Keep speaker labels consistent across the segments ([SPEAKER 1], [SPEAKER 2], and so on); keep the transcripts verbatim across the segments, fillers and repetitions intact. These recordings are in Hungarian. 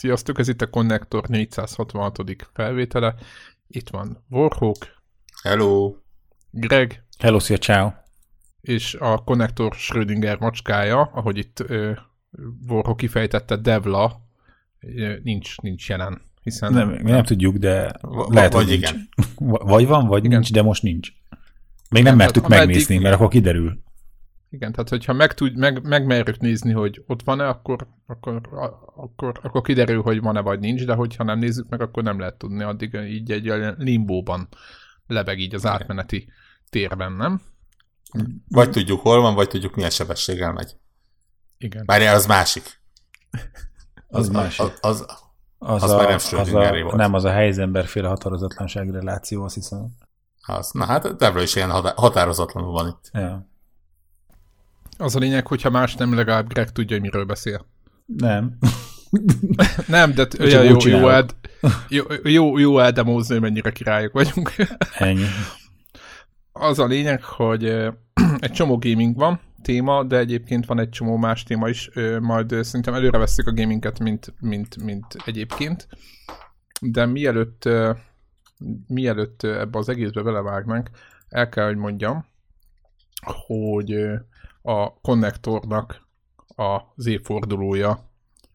[SPEAKER 1] Sziasztok, ez itt a Konnektor négyszázhatvanhatodik felvétele. Itt van Warhawk.
[SPEAKER 2] Hello.
[SPEAKER 1] Greg.
[SPEAKER 3] Hello, szia, ciao.
[SPEAKER 1] És a Konnektor Schrödinger macskája, ahogy itt uh, Warhawk kifejtette, Devla, uh, nincs, nincs jelen. Hiszen
[SPEAKER 3] nem, mi nem tudjuk, de
[SPEAKER 2] v-
[SPEAKER 3] lehet,
[SPEAKER 2] vagy
[SPEAKER 3] hogy
[SPEAKER 2] igen.
[SPEAKER 3] Nincs. Vagy van, vagy igen. Nincs, de most nincs. Még nem
[SPEAKER 1] igen,
[SPEAKER 3] mertük megnézni, meddig... mert akkor kiderül.
[SPEAKER 1] Igen, tehát hogyha meg, tud, meg, megmerjük nézni, hogy ott van-e, akkor, akkor, akkor, akkor kiderül, hogy van-e vagy nincs, de hogyha nem nézzük meg, akkor nem lehet tudni, addig így egy limbóban lebeg így az átmeneti térben, nem?
[SPEAKER 2] Vagy tudjuk, hol van, vagy tudjuk, milyen sebességgel megy.
[SPEAKER 1] Igen.
[SPEAKER 2] Várjál, az másik.
[SPEAKER 3] Az, az másik. Az,
[SPEAKER 2] az,
[SPEAKER 3] az,
[SPEAKER 2] az
[SPEAKER 3] a,
[SPEAKER 2] már nem
[SPEAKER 3] Schrödingeré volt. Nem, az a Heisenberg-féle határozatlanság reláció, azt hiszem.
[SPEAKER 2] Az, na hát Devla is ilyen határozatlanul van itt.
[SPEAKER 3] Ja.
[SPEAKER 1] Az a lényeg, hogyha más nem, legalább Greg tudja, hogy miről beszél.
[SPEAKER 3] Nem.
[SPEAKER 1] Nem, de olyan jó, jó, eld, jó, jó, jó eldemózni, hogy mennyire királyok vagyunk.
[SPEAKER 3] Ennyi.
[SPEAKER 1] Az a lényeg, hogy egy csomó gaming van téma, de egyébként van egy csomó más téma is, majd szerintem előre vesszük a gaminget, mint, mint, mint egyébként. De mielőtt, mielőtt ebbe az egészbe belevágnánk, el kell, hogy mondjam, hogy a Konnektornak az évfordulója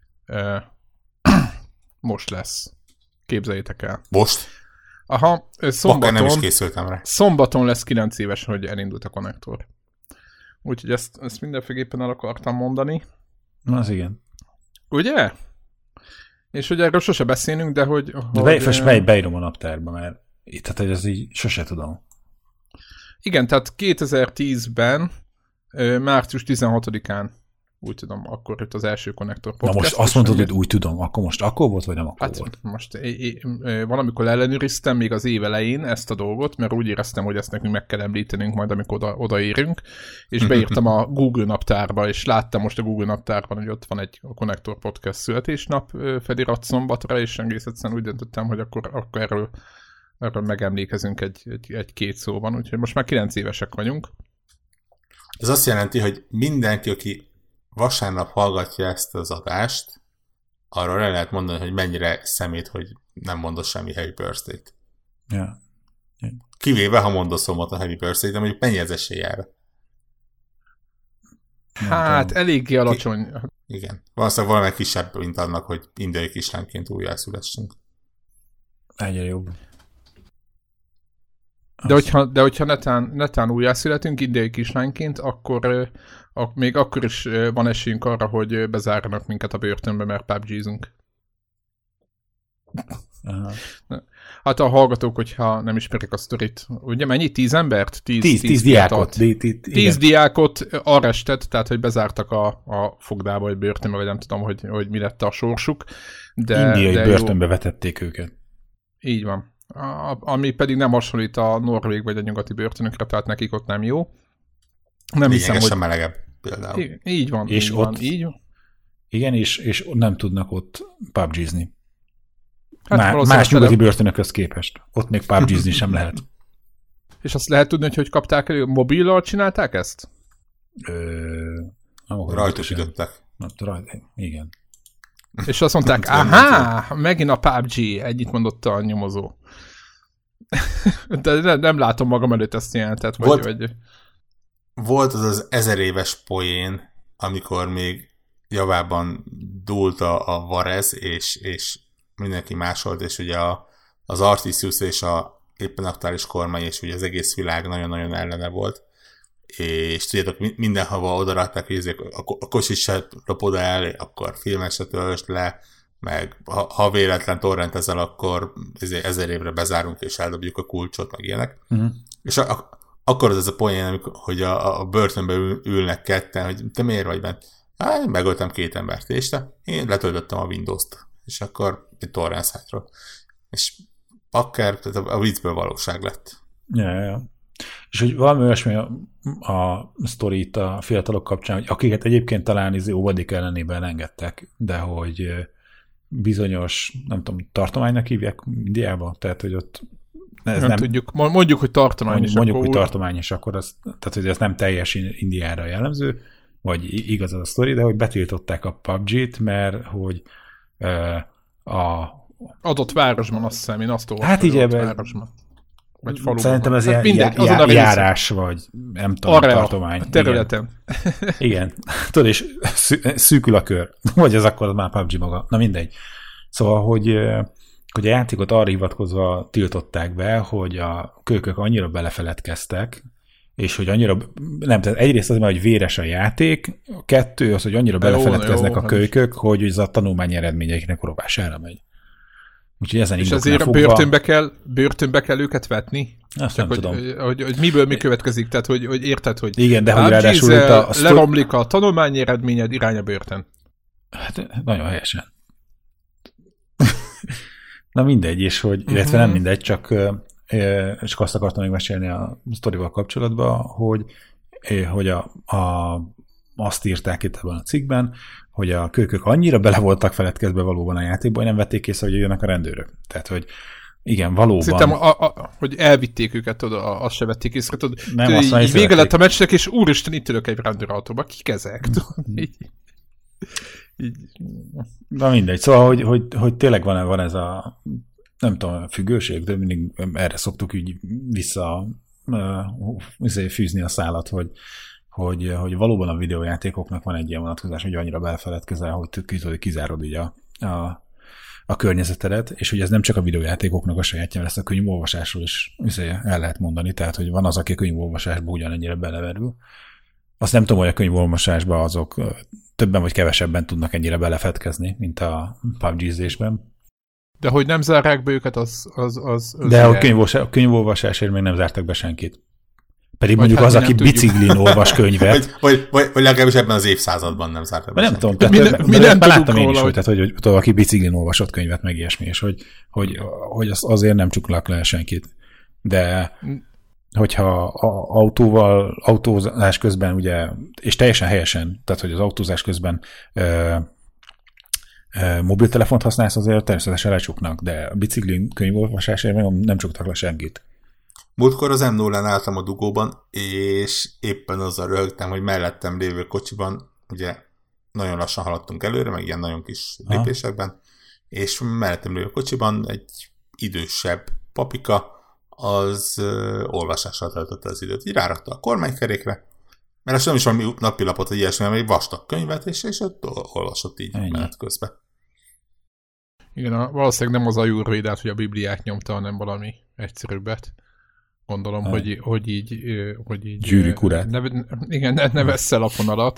[SPEAKER 1] most lesz. Képzeljétek el.
[SPEAKER 2] Most?
[SPEAKER 1] Aha, szombaton,
[SPEAKER 2] nem is készültem rá.
[SPEAKER 1] Szombaton lesz kilenc éves, hogy elindult a Konnektor. Úgyhogy ezt, ezt mindenféleképpen el akartam mondani.
[SPEAKER 3] Na, az igen.
[SPEAKER 1] Ugye? És hogy erről sose beszélünk, de hogy...
[SPEAKER 3] De be, most be, beírom a naptárba, mert itt, tehát ez így sose tudom.
[SPEAKER 1] Igen, tehát kétezer-tízben március tizenhatodikán, úgy tudom, akkor jött az első Konnektor podcast.
[SPEAKER 3] Na most azt mondod, hogy úgy tudom, akkor most akkor volt, vagy nem akkor
[SPEAKER 1] hát
[SPEAKER 3] volt?
[SPEAKER 1] Most é- é- valamikor ellenőriztem még az év elején ezt a dolgot, mert úgy éreztem, hogy ezt nekünk meg kell említenünk majd, amikor oda, odaérünk, és beírtam a Google naptárba, és láttam most a Google naptárban, hogy ott van egy Konnektor podcast születésnap felirat szombatra, és egész egyszerűen úgy döntöttem, hogy akkor, akkor erről, erről megemlékezünk egy, egy, egy két szóban, úgyhogy most már kilenc évesek vagyunk.
[SPEAKER 2] Ez azt jelenti, hogy mindenki, aki vasárnap hallgatja ezt az adást, arról le lehet mondani, hogy mennyire szemét, hogy nem mondasz semmi happy birthday-t.
[SPEAKER 3] Ja. Ja.
[SPEAKER 2] Kivéve, ha mondasz szombaton happy birthday-t, de mondjuk mennyi az eséllyel?
[SPEAKER 1] Hát, eléggé alacsony.
[SPEAKER 2] Ki... Igen. Valószínűleg valami kisebb, mint annak, hogy indiai kislányként újjászülessünk.
[SPEAKER 3] Egyre jobb.
[SPEAKER 1] De hogyha, de hogyha netán, netán újjászületünk indiai kislányként, akkor a, még akkor is van esélyünk arra, hogy bezárnak minket a börtönbe, mert pé u bé gé-zünk.
[SPEAKER 3] Aha.
[SPEAKER 1] Hát a hallgatók, hogyha nem ismerik a sztorit, ugye mennyi? Tíz embert?
[SPEAKER 3] Tíz, tíz, tíz diákot. Di, di,
[SPEAKER 1] tíz diákot arrestet, tehát hogy bezártak a, a fogdába, vagy börtönbe, vagy nem tudom, hogy, hogy mi lett a sorsuk. De,
[SPEAKER 3] indiai
[SPEAKER 1] de
[SPEAKER 3] börtönbe jó. Vetették őket.
[SPEAKER 1] Így van. A, ami pedig nem hasonlít a norvég vagy a nyugati börtönökre, tehát nekik ott nem jó. Nem hiszem, hogy...
[SPEAKER 2] melegebb például.
[SPEAKER 1] Így, így van.
[SPEAKER 3] És
[SPEAKER 1] így
[SPEAKER 3] ott...
[SPEAKER 1] van, így.
[SPEAKER 3] Igen, és, és nem tudnak ott pé u bé gé-zni.
[SPEAKER 1] Hát
[SPEAKER 3] Má, más nyugati börtönökhöz képest. Ott még pé u bé gé-zni sem lehet.
[SPEAKER 1] És azt lehet tudni, hogy hogy kapták elő? Mobillal csinálták ezt?
[SPEAKER 3] Ö...
[SPEAKER 2] Rajtosították.
[SPEAKER 3] Igen.
[SPEAKER 1] És azt mondták, aha, megint a pé u bé gé, ennyit mondott a nyomozó. De nem, nem látom magam előtt ezt jelentet. Vagy,
[SPEAKER 2] volt,
[SPEAKER 1] vagy...
[SPEAKER 2] volt az az ezer éves poén, amikor még javában dúlt a, a Varez, és, és mindenki másolt, és ugye a, az Artisius és a éppen aktuális kormány, és ugye az egész világ nagyon-nagyon ellene volt. És tudjátok, mindenhova odarakták, hogy a kocsit se lopod el, akkor filmet se töltsd le, meg ha, ha véletlen torrentezel, akkor ezer évre bezárunk, és eldobjuk a kulcsot, meg ilyenek. Uh-huh. És a, a, akkor az ez a poén, hogy a, a börtönbe ül, ülnek ketten, hogy te miért vagy bent? Hát, megöltem két embert, és te? Én letöltöttem a Windows-t, és akkor egy torrent site-ról. És akár tehát a, a viccből valóság lett.
[SPEAKER 3] Ja, ja. És hogy valami olyasmi a, a sztori itt a fiatalok kapcsán, hogy akiket egyébként talán izé óvadik ellenében engedtek, de hogy bizonyos, nem tudom, tartománynak hívják Indiában, tehát hogy ott
[SPEAKER 1] ez nem, nem tudjuk, mondjuk, hogy tartomány
[SPEAKER 3] mondjuk,
[SPEAKER 1] is.
[SPEAKER 3] Mondjuk,
[SPEAKER 1] akkor
[SPEAKER 3] hogy tartomány, és akkor az, tehát hogy ez nem teljes Indiára jellemző, vagy igaz az a sztori, de hogy betiltották a pé u bé gé-t, mert hogy a...
[SPEAKER 1] Adott városban, azt hiszem, én azt olvastam.
[SPEAKER 3] Hát így ebben...
[SPEAKER 1] Városban. Vagy faluban.
[SPEAKER 3] Szerintem ez
[SPEAKER 1] hát
[SPEAKER 3] ilyen
[SPEAKER 1] mindegy,
[SPEAKER 3] já- járás, vagy nem tudom,
[SPEAKER 1] Area,
[SPEAKER 3] tartomány.
[SPEAKER 1] A területen.
[SPEAKER 3] Igen. Igen. Tudod, és szűkül a kör. Vagy ez akkor az már pé u bé gé maga. Na mindegy. Szóval, hogy, hogy a játékot arra hivatkozva tiltották be, hogy a kölykök annyira belefeledkeztek, és hogy annyira, nem, tehát egyrészt az, hogy véres a játék, a kettő az, hogy annyira de belefeledkeznek jó, a kölykök, hogy ez a tanulmányi eredményeiknek rovására megy. Úgyhogy ezen
[SPEAKER 1] és ezért fogva... börtönbe, kell, börtönbe kell őket vetni?
[SPEAKER 3] Azt
[SPEAKER 1] Csak
[SPEAKER 3] nem
[SPEAKER 1] hogy,
[SPEAKER 3] tudom.
[SPEAKER 1] Hogy, hogy, hogy miből mi következik, tehát hogy, hogy érted, hogy
[SPEAKER 3] igen, de hogy ráadásul itt a...
[SPEAKER 1] leromlik a tanulmányi eredményed, irány a börtön.
[SPEAKER 3] Hát nagyon helyesen. Na mindegy, és hogy, illetve uh-huh. nem mindegy, csak, csak azt akartam még mesélni a sztorival kapcsolatban, hogy, hogy a, a, azt írták itt ebben a cikkben, hogy a kölykök annyira bele voltak feledkezve valóban a játékban, hogy nem vették észre, hogy jönnek a rendőrök. Tehát, hogy igen, valóban...
[SPEAKER 1] Szerintem, a, a, hogy elvitték őket, tudod, azt se vették észre, tudod.
[SPEAKER 3] Nem,
[SPEAKER 1] tudod,
[SPEAKER 3] azt
[SPEAKER 1] így vége lett a meccsnek, és úristen, itt ülök egy rendőrautóba. Kik ezek? Tudod, így, így.
[SPEAKER 3] Na mindegy, szóval, hogy, hogy, hogy tényleg van, van ez a, nem tudom, függőség, de mindig erre szoktuk így vissza uh, fűzni a szálat, hogy Hogy, hogy valóban a videójátékoknak van egy ilyen vonatkozás, hogy annyira belfeledkezel, hogy kizárod így a, a, a környezetedet, és hogy ez nem csak a videójátékoknak a sajátja, lesz a könyvolvasásról is el lehet mondani, tehát hogy van az, aki a könyvolvasásban ugyanennyire beleverül. Azt nem tudom, hogy a könyvolvasásban azok többen vagy kevesebben tudnak ennyire belefedkezni, mint a pé u bé gé-zésben.
[SPEAKER 1] De hogy nem zárják be őket, az... az, az, az
[SPEAKER 3] De a, könyvolvasás, a könyvolvasásért még nem zártak be senkit. Pedig
[SPEAKER 1] vagy
[SPEAKER 3] mondjuk
[SPEAKER 1] hát
[SPEAKER 3] az, aki biciklin olvas könyvet.
[SPEAKER 2] vagy, vagy, vagy, vagy legalábbis ebben az évszázadban nem zártak be.
[SPEAKER 3] Nem tudom,
[SPEAKER 1] tehát, mi, ne, mi nem
[SPEAKER 3] láttam én is,
[SPEAKER 1] róla,
[SPEAKER 3] hogy, tehát, hogy, hogy tudom, aki biciklin olvasott könyvet, meg ilyesmi, és hogy, hogy, hogy az, azért nem csuklak le senkit. De hogyha a autóval, autózás közben ugye, és teljesen helyesen, tehát hogy az autózás közben ö, ö, mobiltelefont használsz, azért természetesen lecsuknak, de a biciklin könyvolvasásért nem, nem csuktak le senkit.
[SPEAKER 2] Múltkor az em nullán álltam a dugóban, és éppen azzal röhögtem, hogy mellettem lévő kocsiban, ugye nagyon lassan haladtunk előre, meg ilyen nagyon kis lépésekben, és mellettem lévő kocsiban egy idősebb papika, az ö, olvasással töltötte az időt. Így rárakta a kormánykerékre, mert az nem is valami napilapot, egy ilyesmi, hanem egy vastag könyvet, és, és ott olvasott így menet közben.
[SPEAKER 1] Igen, a, valószínűleg nem az a Jurvédát, hogy a Bibliát nyomta, hanem valami egyszerűbbet. Gondolom, hogy, hogy így... Hogy így
[SPEAKER 3] Gyűrűk urát.
[SPEAKER 1] Ne, igen, ne, ne vessz el a fonalat.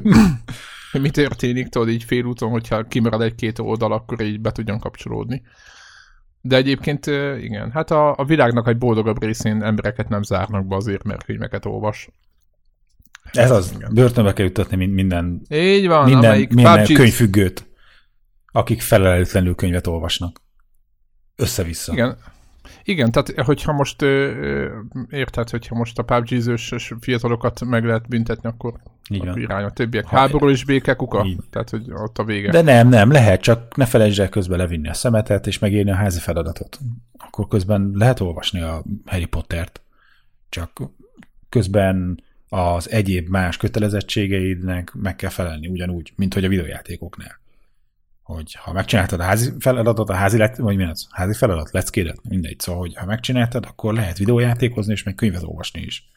[SPEAKER 1] Mi történik, tudod, így félúton, hogyha kimarad egy-két oldal, akkor így be tudjon kapcsolódni. De egyébként, igen, hát a, a világnak egy boldogabb részén embereket nem zárnak be azért, mert könyveket olvas.
[SPEAKER 3] Ez az, igen. Börtönbe kell jutatni minden,
[SPEAKER 1] így van,
[SPEAKER 3] minden, minden könyvfüggőt, akik felelőtlenül könyvet olvasnak. Össze-vissza.
[SPEAKER 1] Igen. Igen, tehát hogyha most érted, hogyha most a pé u bé gé-zős fiatalokat meg lehet büntetni, akkor, akkor irány a többiek. Háború és béke, kuka? Így. Tehát, hogy ott a vége.
[SPEAKER 3] De nem, nem, lehet, csak ne felejtsd el közben levinni a szemetet, és megírni a házi feladatot. Akkor közben lehet olvasni a Harry Pottert, csak közben az egyéb más kötelezettségeidnek meg kell felelni ugyanúgy, mint hogy a videójátékoknál. Hogy ha megcsináltad a házi feladatot, a házi, let, vagy mi az? Házi feladat, leckédet, mindegy. Szóval, hogy ha megcsináltad, akkor lehet videójátékozni, és meg könyvet olvasni is.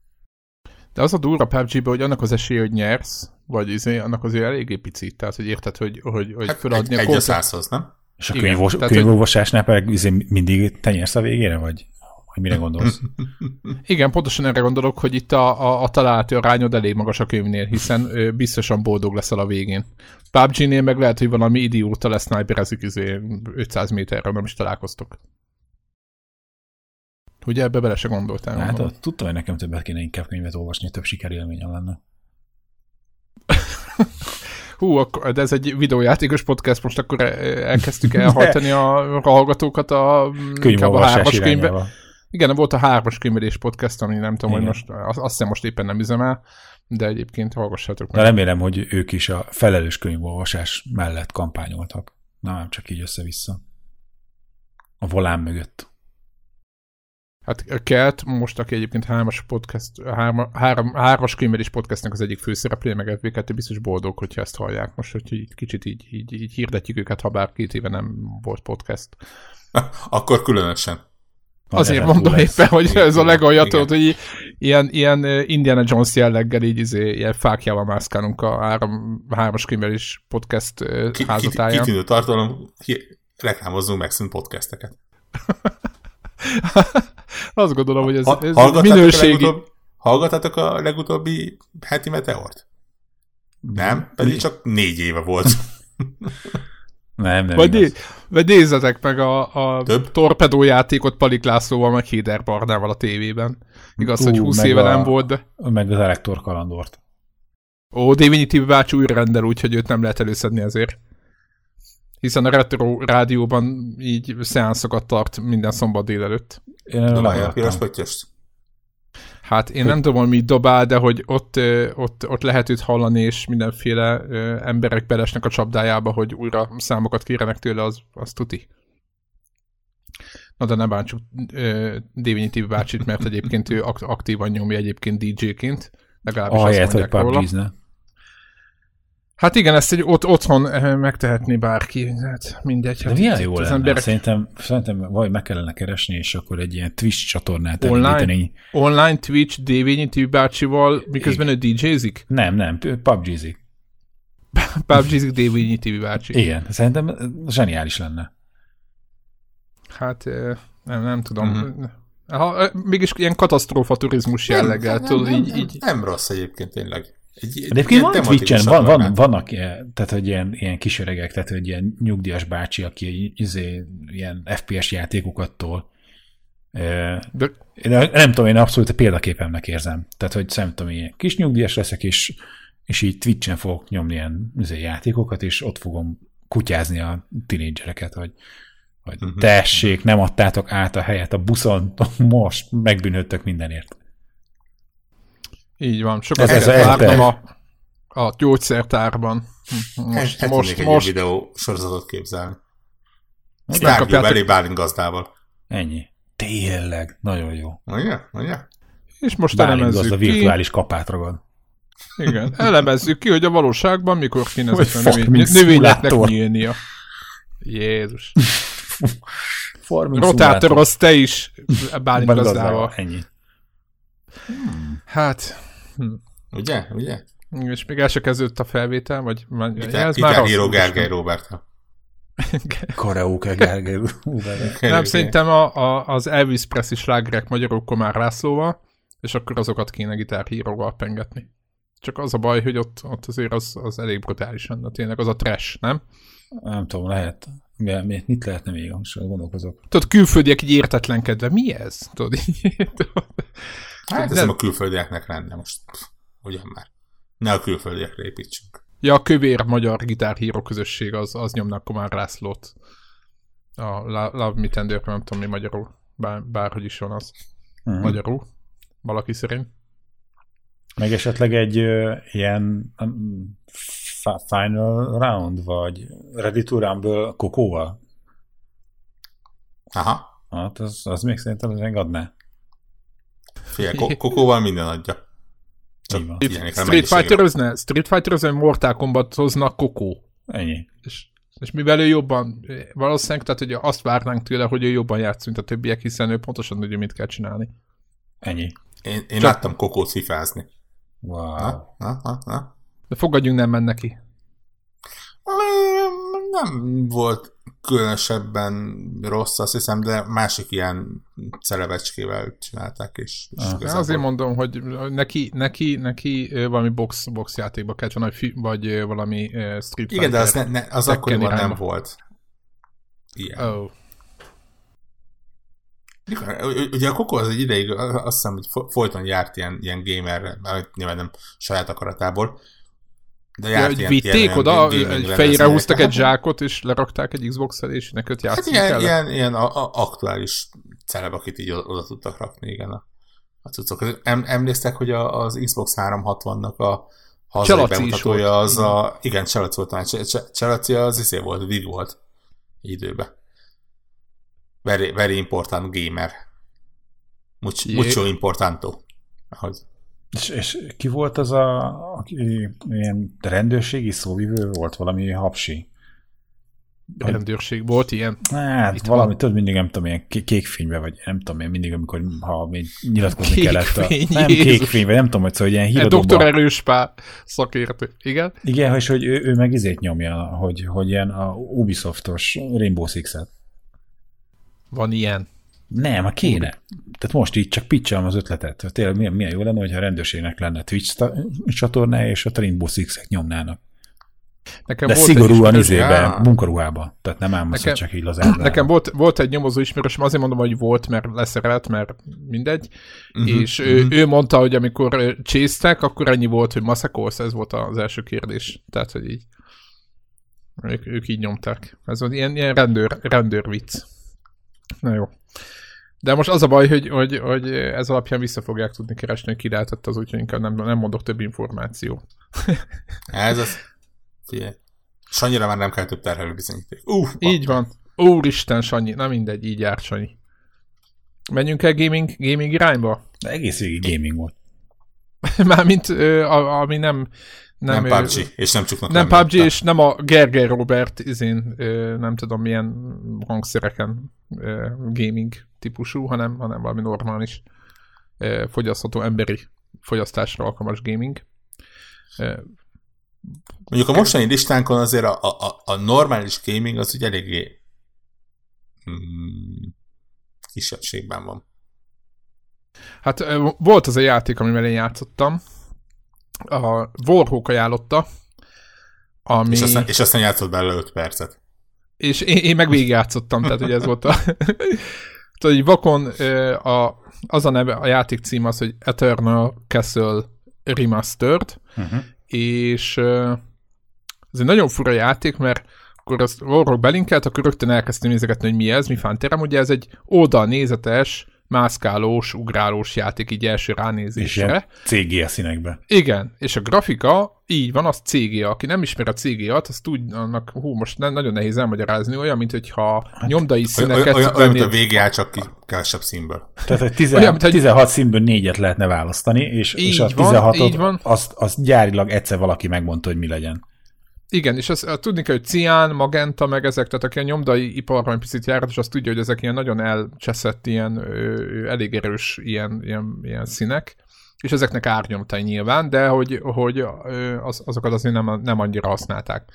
[SPEAKER 1] De az a durva pé u bé gé-ben, hogy annak az esélye, hogy nyersz, vagy izé, annak azért eléggé picit. Tehát, hogy érted, hogy, hogy, hogy
[SPEAKER 2] hát
[SPEAKER 1] feladni
[SPEAKER 2] egy,
[SPEAKER 1] a
[SPEAKER 2] egy a százhoz, nem?
[SPEAKER 3] És a könyvos, könyvolvasásnál pedig izé mindig te nyersz a végére, vagy hogy mire gondolsz?
[SPEAKER 1] Igen, pontosan erre gondolok, hogy itt a, a, a találati arányod elég magas a könyvnél, hiszen ö, biztosan boldog leszel a végén. pé u bé gé-nél meg lehet, hogy valami idióta lesz sniperezik izé ötszáz méterre, nem is találkoztok. Ugye ebbe bele se gondoltál?
[SPEAKER 3] Hát ott, tudtam, hogy nekem többet kéne inkább könyvet olvasni, több sikerélményem lenne.
[SPEAKER 1] Hú, akkor, de ez egy videójátékos podcast, most akkor elkezdtük elhajtani a hallgatókat a
[SPEAKER 3] könyvolvasás irányába.
[SPEAKER 1] Igen, volt a hármas könyvelés podcast, ami nem tudom, igen, hogy most, azt, azt hiszem most éppen nem üzemel, de egyébként hallgassátok meg.
[SPEAKER 3] De remélem, hogy ők is a felelős könyvolvasás mellett kampányoltak. Na, csak így össze-vissza. A volán mögött.
[SPEAKER 1] Hát a Kelt, most aki egyébként hármas podcast, három, három, hármas könyvelés podcastnak az egyik főszereplője, meg ef vé kettő biztos boldog, hogyha ezt hallják most, hogy így kicsit így, így, így hirdetjük őket, ha bár két éve nem volt podcast.
[SPEAKER 2] Akkor különösen.
[SPEAKER 1] Azért mondom éppen, hogy ez a legalja, tudod, hogy ilyen, ilyen Indiana Jones jelleggel így izé, ilyen fákjával mászkálunk a három, hármas könyvelés podcast ki, házatáján.
[SPEAKER 2] Kitűnő tartalom, reklámozzunk megszűnt podcasteket.
[SPEAKER 1] Azt gondolom, hogy ez,
[SPEAKER 2] ha,
[SPEAKER 1] ez
[SPEAKER 2] hallgattátok
[SPEAKER 1] minőségi...
[SPEAKER 2] A legutóbb, hallgattátok a legutóbbi heti Meteort? Nem? Pedig Mi? csak négy éve volt.
[SPEAKER 3] nem, nem
[SPEAKER 1] vagy, né, vagy nézzetek meg a, a torpedójátékot Palik Lászlóval, meg Héder Barnával a tévében. Igaz, uh, hogy húsz éve a, nem volt, de...
[SPEAKER 3] Meg az Elektor kalandort.
[SPEAKER 1] Ó, Dévényi Tibi bácsi újra rendel, úgyhogy őt nem lehet előszedni ezért. Hiszen a Retro rádióban így szeánszokat tart minden szombat délelőtt.
[SPEAKER 2] Én dobálja a piros pöttyöst?
[SPEAKER 1] Hát én nem tudom, hogy mit dobál, de hogy ott, ott, ott lehet őt hallani, és mindenféle emberek belesnek a csapdájába, hogy újra számokat kérenek tőle, az, az tuti. Na de ne bántsuk Dévényi Tibi bácsit, mert egyébként ő aktívan nyomja egyébként dé jéként. Legalábbis
[SPEAKER 3] azt mondják róla. Ahelyett,
[SPEAKER 1] Hát igen, ezt egy ott, otthon megtehetné bárki, hát mindegy.
[SPEAKER 3] De milyen jó lenne? Emberek... Szerintem, szerintem vagy meg kellene keresni, és akkor egy ilyen Twitch csatornát
[SPEAKER 1] online,
[SPEAKER 3] elindítani.
[SPEAKER 1] Online Twitch Dévényi Tibi bácsival, miközben igen. ő dé jézik?
[SPEAKER 3] Nem, nem, pubg-zik.
[SPEAKER 1] pubg-zik Dévényi Tibi bácsi.
[SPEAKER 3] Igen, szerintem zseniális lenne.
[SPEAKER 1] Hát nem, nem tudom. Mm-hmm. Ha, mégis ilyen katasztrófa turizmus jelleggel.
[SPEAKER 2] Nem,
[SPEAKER 1] tudod,
[SPEAKER 2] nem,
[SPEAKER 1] így,
[SPEAKER 2] nem,
[SPEAKER 1] így...
[SPEAKER 2] nem rossz egyébként tényleg. Egy, egy
[SPEAKER 3] egyébként van Twitch-en, van, van, vannak tehát, hogy ilyen, ilyen kisöregek, tehát hogy ilyen nyugdíjas bácsi, aki izé, ilyen ef pé es játékokat tol. De... Én nem tudom, én abszolút a példaképemnek érzem. Tehát, hogy szerintem ilyen kis nyugdíjas leszek, és, és így Twitch-en fogok nyomni ilyen izé, játékokat, és ott fogom kutyázni a tinédzsereket, hogy, hogy uh-huh. tessék, nem adtátok át a helyet a buszon, most megbűnődtök mindenért.
[SPEAKER 1] Így van, sokat ez vártam a, a gyógyszertárban.
[SPEAKER 2] Most, hát most, most. Egy videó sorozatot képzelni. Starview belé Bálint gazdával.
[SPEAKER 3] Ennyi. Tényleg, nagyon jó.
[SPEAKER 2] Mondja? Mondja?
[SPEAKER 1] És most
[SPEAKER 3] Bálint
[SPEAKER 1] elemezzük
[SPEAKER 3] gazda
[SPEAKER 1] ki.
[SPEAKER 3] virtuális kapát ragad.
[SPEAKER 1] Igen, elemezzük ki, hogy a valóságban mikor kéne ezeknek növényeknek nyílnia. Jézus. Rotátorozz te is Bálint gazdával.
[SPEAKER 3] Ennyi.
[SPEAKER 1] Hmm. Hát... Hm.
[SPEAKER 2] Ugye? Ugye?
[SPEAKER 1] És még el se kezdődött a felvétel, vagy...
[SPEAKER 2] Gitár híró Gergely Róberta.
[SPEAKER 3] Karaoke Gergely Róberta.
[SPEAKER 1] Nem, szerintem a, a, az Elvis Presley slágerek magyarul Komár Lászlóval, és akkor azokat kéne gitárhíróval pengetni. Csak az a baj, hogy ott, ott azért az, az elég brutális lenne, tényleg az a trash, nem?
[SPEAKER 3] Nem tudom, lehet. Mit lehetne még, most gondolkozok.
[SPEAKER 1] Tudod, külföldiek így értetlenkedve, mi ez? Tudod, így, tudod.
[SPEAKER 2] Hát ez nem a külföldieknek lenne most. Ugyan már. Ne a külföldiekre építsünk.
[SPEAKER 1] Ja, a kövér magyar gitárhíró közösség, az, az nyomnak Komár Lászlót. A Love Me Tender, nem tudom mi magyarul. Bár, bárhogy is van az. Uh-huh. Magyarul. Valaki szerint.
[SPEAKER 3] Meg esetleg egy uh, ilyen um, f- final round, vagy Ready to Rumble Kokóval.
[SPEAKER 2] Aha.
[SPEAKER 3] Hát az, az még szerintem az adná.
[SPEAKER 2] Figyelj, Kokóval minden adja.
[SPEAKER 1] Street Fighter-özne? Street Fighter-özne, Mortal Kombat-hoznak Kokó.
[SPEAKER 3] Ennyi.
[SPEAKER 1] És, és mivel ő jobban, valószínűleg, tehát hogy azt várnánk tőle, hogy ő jobban játsz, mint a többiek, hiszen ő pontosan tudja, mit kell csinálni.
[SPEAKER 3] Ennyi.
[SPEAKER 2] Én, én láttam Kokót fifázni.
[SPEAKER 3] Wow.
[SPEAKER 2] Na, na, na, na.
[SPEAKER 1] De fogadjunk, nem mennek ki.
[SPEAKER 2] Nem volt különösebben rossz, azt hiszem, de másik ilyen celebecskével csinálták, és, és
[SPEAKER 1] ah, azért mondom, hogy neki, neki, neki valami box, box játékba kellett volna, vagy valami Street Fighter.
[SPEAKER 2] Igen, de az, ne, ne, az akkoriban nem volt ilyen.
[SPEAKER 1] Oh.
[SPEAKER 2] Ugye a Kokó az egy ideig, azt hiszem, hogy folyton járt ilyen, ilyen gamer, nyilván nem saját akaratából, de járt
[SPEAKER 1] ja,
[SPEAKER 2] ilyen,
[SPEAKER 1] vitték
[SPEAKER 2] ilyen,
[SPEAKER 1] oda,
[SPEAKER 2] ilyen
[SPEAKER 1] fejre húztak egy zsákot, és lerakták egy Xbox-el, és nekőt játszani
[SPEAKER 2] hát ilyen,
[SPEAKER 1] kell.
[SPEAKER 2] Ilyen, ilyen a, a aktuális celeb, akit így oda tudtak rakni, igen. A, a cuccok. Em, emlékeztek, hogy a, az Xbox háromszázhatvannak a hazai bemutatója az a... Igen, Cselaci volt már. Cselaci az iszé volt, Vig volt időben. Very, very important gamer. Much, mucho importanto. Ahogy.
[SPEAKER 3] És, és ki volt az a, aki ilyen rendőrségi szóvivő volt, valami hapsi?
[SPEAKER 1] Rendőrség volt ilyen?
[SPEAKER 3] Hát itt valami, tudod, mindig nem tudom, ilyen kékfénybe, vagy nem tudom, én mindig, amikor ha még nyilatkozni kék kellett. A, fény, nem kékfénybe, nem tudom, hogy szóval, hogy ilyen híradóban.
[SPEAKER 1] doktor Erőspál szakértő, igen?
[SPEAKER 3] Igen, és hogy ő, ő meg izét nyomja, hogy, hogy ilyen a Ubisoftos Rainbow Six-et.
[SPEAKER 1] Van ilyen?
[SPEAKER 3] Nem, a kéne. Tehát most így csak pitchelem az ötletet. Tényleg milyen, milyen jó lenne, hogyha a rendőrségnek lenne Twitch csatornája, és a Rainbow Six-et nyomnának. Nekem de szigorúan izébe, munkaruhába. Tehát nem ám azt, csak így lazán.
[SPEAKER 1] Nekem volt, volt egy nyomozó ismerősöm, azért mondom, hogy volt, mert leszerelt, mert mindegy. Uh-huh, és uh-huh. Ő, ő mondta, hogy amikor csésztek, akkor ennyi volt, hogy maszakolsz, ez volt az első kérdés. Tehát, hogy így ők, ők így nyomták. Ez volt ilyen, ilyen rendőr, rendőr vicc. Na jó. De most az a baj, hogy, hogy, hogy ez alapján vissza fogják tudni keresni, hogy ki lehetett az, úgyhogy inkább nem, nem mondok több információ.
[SPEAKER 2] Ez az... Figyelj. Sanyira már nem kell több terhelő bizonyíték. Uh,
[SPEAKER 1] így van. Úristen, Sanyi. Na mindegy, így járt Sanyi. Menjünk el gaming, gaming irányba?
[SPEAKER 3] De egész végig gaming volt.
[SPEAKER 1] Mármint, a, ami nem...
[SPEAKER 2] Nem, nem pé u bé gé, és nem csuknak.
[SPEAKER 1] Nem pé u bé gé, és nem a Gergely Robert, izén, nem tudom milyen hangszereken gaming típusú, hanem, hanem valami normális fogyasztható emberi fogyasztásra alkalmas gaming.
[SPEAKER 2] Mondjuk a mostani listánkon azért a, a, a normális gaming az ugye eléggé hmm, kisebbségben van.
[SPEAKER 1] Hát volt az a játék, amivel én játszottam. A Warhawk ajánlotta. Ami...
[SPEAKER 2] És, aztán, és aztán játszott belőle öt percet.
[SPEAKER 1] És én, én meg végigjátszottam, tehát ugye ez volt a... tehát egy vakon a, az a neve, a játék cím az, hogy Eternal Castle Remastered, uh-huh. és ez egy nagyon fura játék, mert akkor azt Warhawk belinkelt, akkor rögtön elkezdtem nézegetni, hogy mi ez, mi fánterem, ugye ez egy oldalnézetes, mászkálós, ugrálós játék így első ránézésre.
[SPEAKER 3] cé gé á színekben.
[SPEAKER 1] Igen, és a grafika, így van, az cé gé á. Aki nem ismer a cé gé á-t, azt úgy, annak, hú, most nem, nagyon nehéz elmagyarázni, olyan, mint hogyha hát, nyomdai színeket...
[SPEAKER 2] Olyan, olyan mint a vé gé á, csak kevesebb színből.
[SPEAKER 3] Tehát, hogy tizenhat színből négyet lehetne választani, és, és a tizenhatot azt, azt gyárilag egyszer valaki megmondta, hogy mi legyen.
[SPEAKER 1] Igen, és azt, azt tudni kell, hogy cián, magenta, meg ezek, tehát aki a nyomdai iparban egy picit járat, és azt tudja, hogy ezek ilyen nagyon elcseszett, ilyen ö, elég erős ilyen, ilyen, ilyen színek, és ezeknek árnyomtai nyilván, de hogy, hogy ö, az, azokat azért nem, nem annyira használták.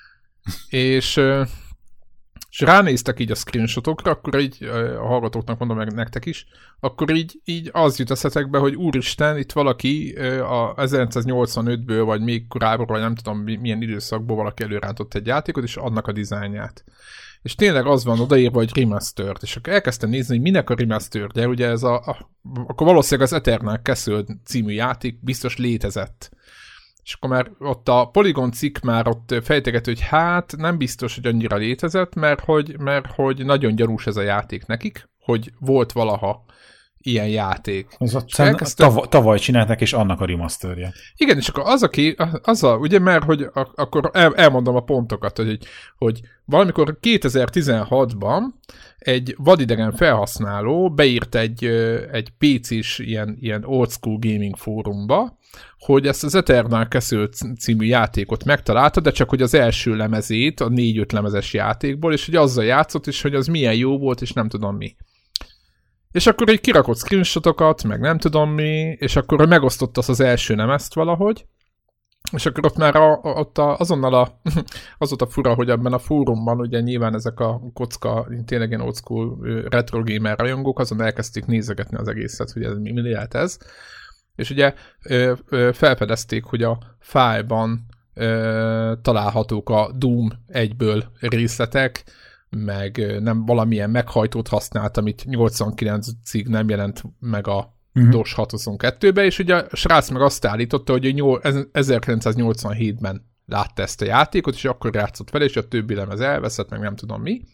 [SPEAKER 1] és, ö, és ránéztek így a screenshotokra, akkor így a hallgatóknak mondom meg nektek is, akkor így, így az jut eszetekbe, hogy úristen, itt valaki a ezerkilencszáznyolcvanötből, vagy még korábban, vagy nem tudom milyen időszakból valaki előrántott egy játékot, és adnak a dizájnját. És tényleg az van odaírva, hogy remastered, és akkor elkezdtem nézni, hogy minek a remastered, ugye ez a, a akkor valószínűleg az Eternal Castle című játék biztos létezett. És akkor már ott a Polygon cikk már ott fejtegető, hogy hát nem biztos, hogy annyira létezett, mert hogy, mert hogy nagyon gyanús ez a játék nekik, hogy volt valaha ilyen játék.
[SPEAKER 3] Ez a elkezdtem... tav- tavaly csinálták, és annak a remasterje.
[SPEAKER 1] Igen, és akkor az, aki, az a, ugye, mert hogy a, akkor el, elmondom a pontokat, hogy, hogy valamikor kétezer-tizenhatban egy vadidegen felhasználó beírt egy, egy pé cés ilyen, ilyen old school gaming fórumba, hogy ezt az Eternal Castle című játékot megtalálta, de csak hogy az első lemezét, a négy-öt lemezes játékból, és hogy azzal játszott, és hogy az milyen jó volt, és nem tudom mi. És akkor egy kirakott screenshotokat, meg nem tudom mi, és akkor megosztott az az első lemezt valahogy, és akkor ott már a, ott a, azonnal a, az volt a fura, hogy ebben a fórumban ugye nyilván ezek a kocka, tényleg ilyen old school retro gamer rajongók, azon elkezdték nézegetni az egészet, hogy ez mi, mi lehet ez. És ugye ö, ö, felfedezték, hogy a fájlban ö, találhatók a Doom egyből részletek, meg nem valamilyen meghajtót használt, amit nyolcvankilencig nem jelent meg a uh-huh. DOS hatszázhuszonkettőbe, és ugye a srác meg azt állította, hogy ezerkilencszáznyolcvanhétben látta ezt a játékot, és akkor játszott vele, és a többi lemez elveszett, meg nem tudom mi.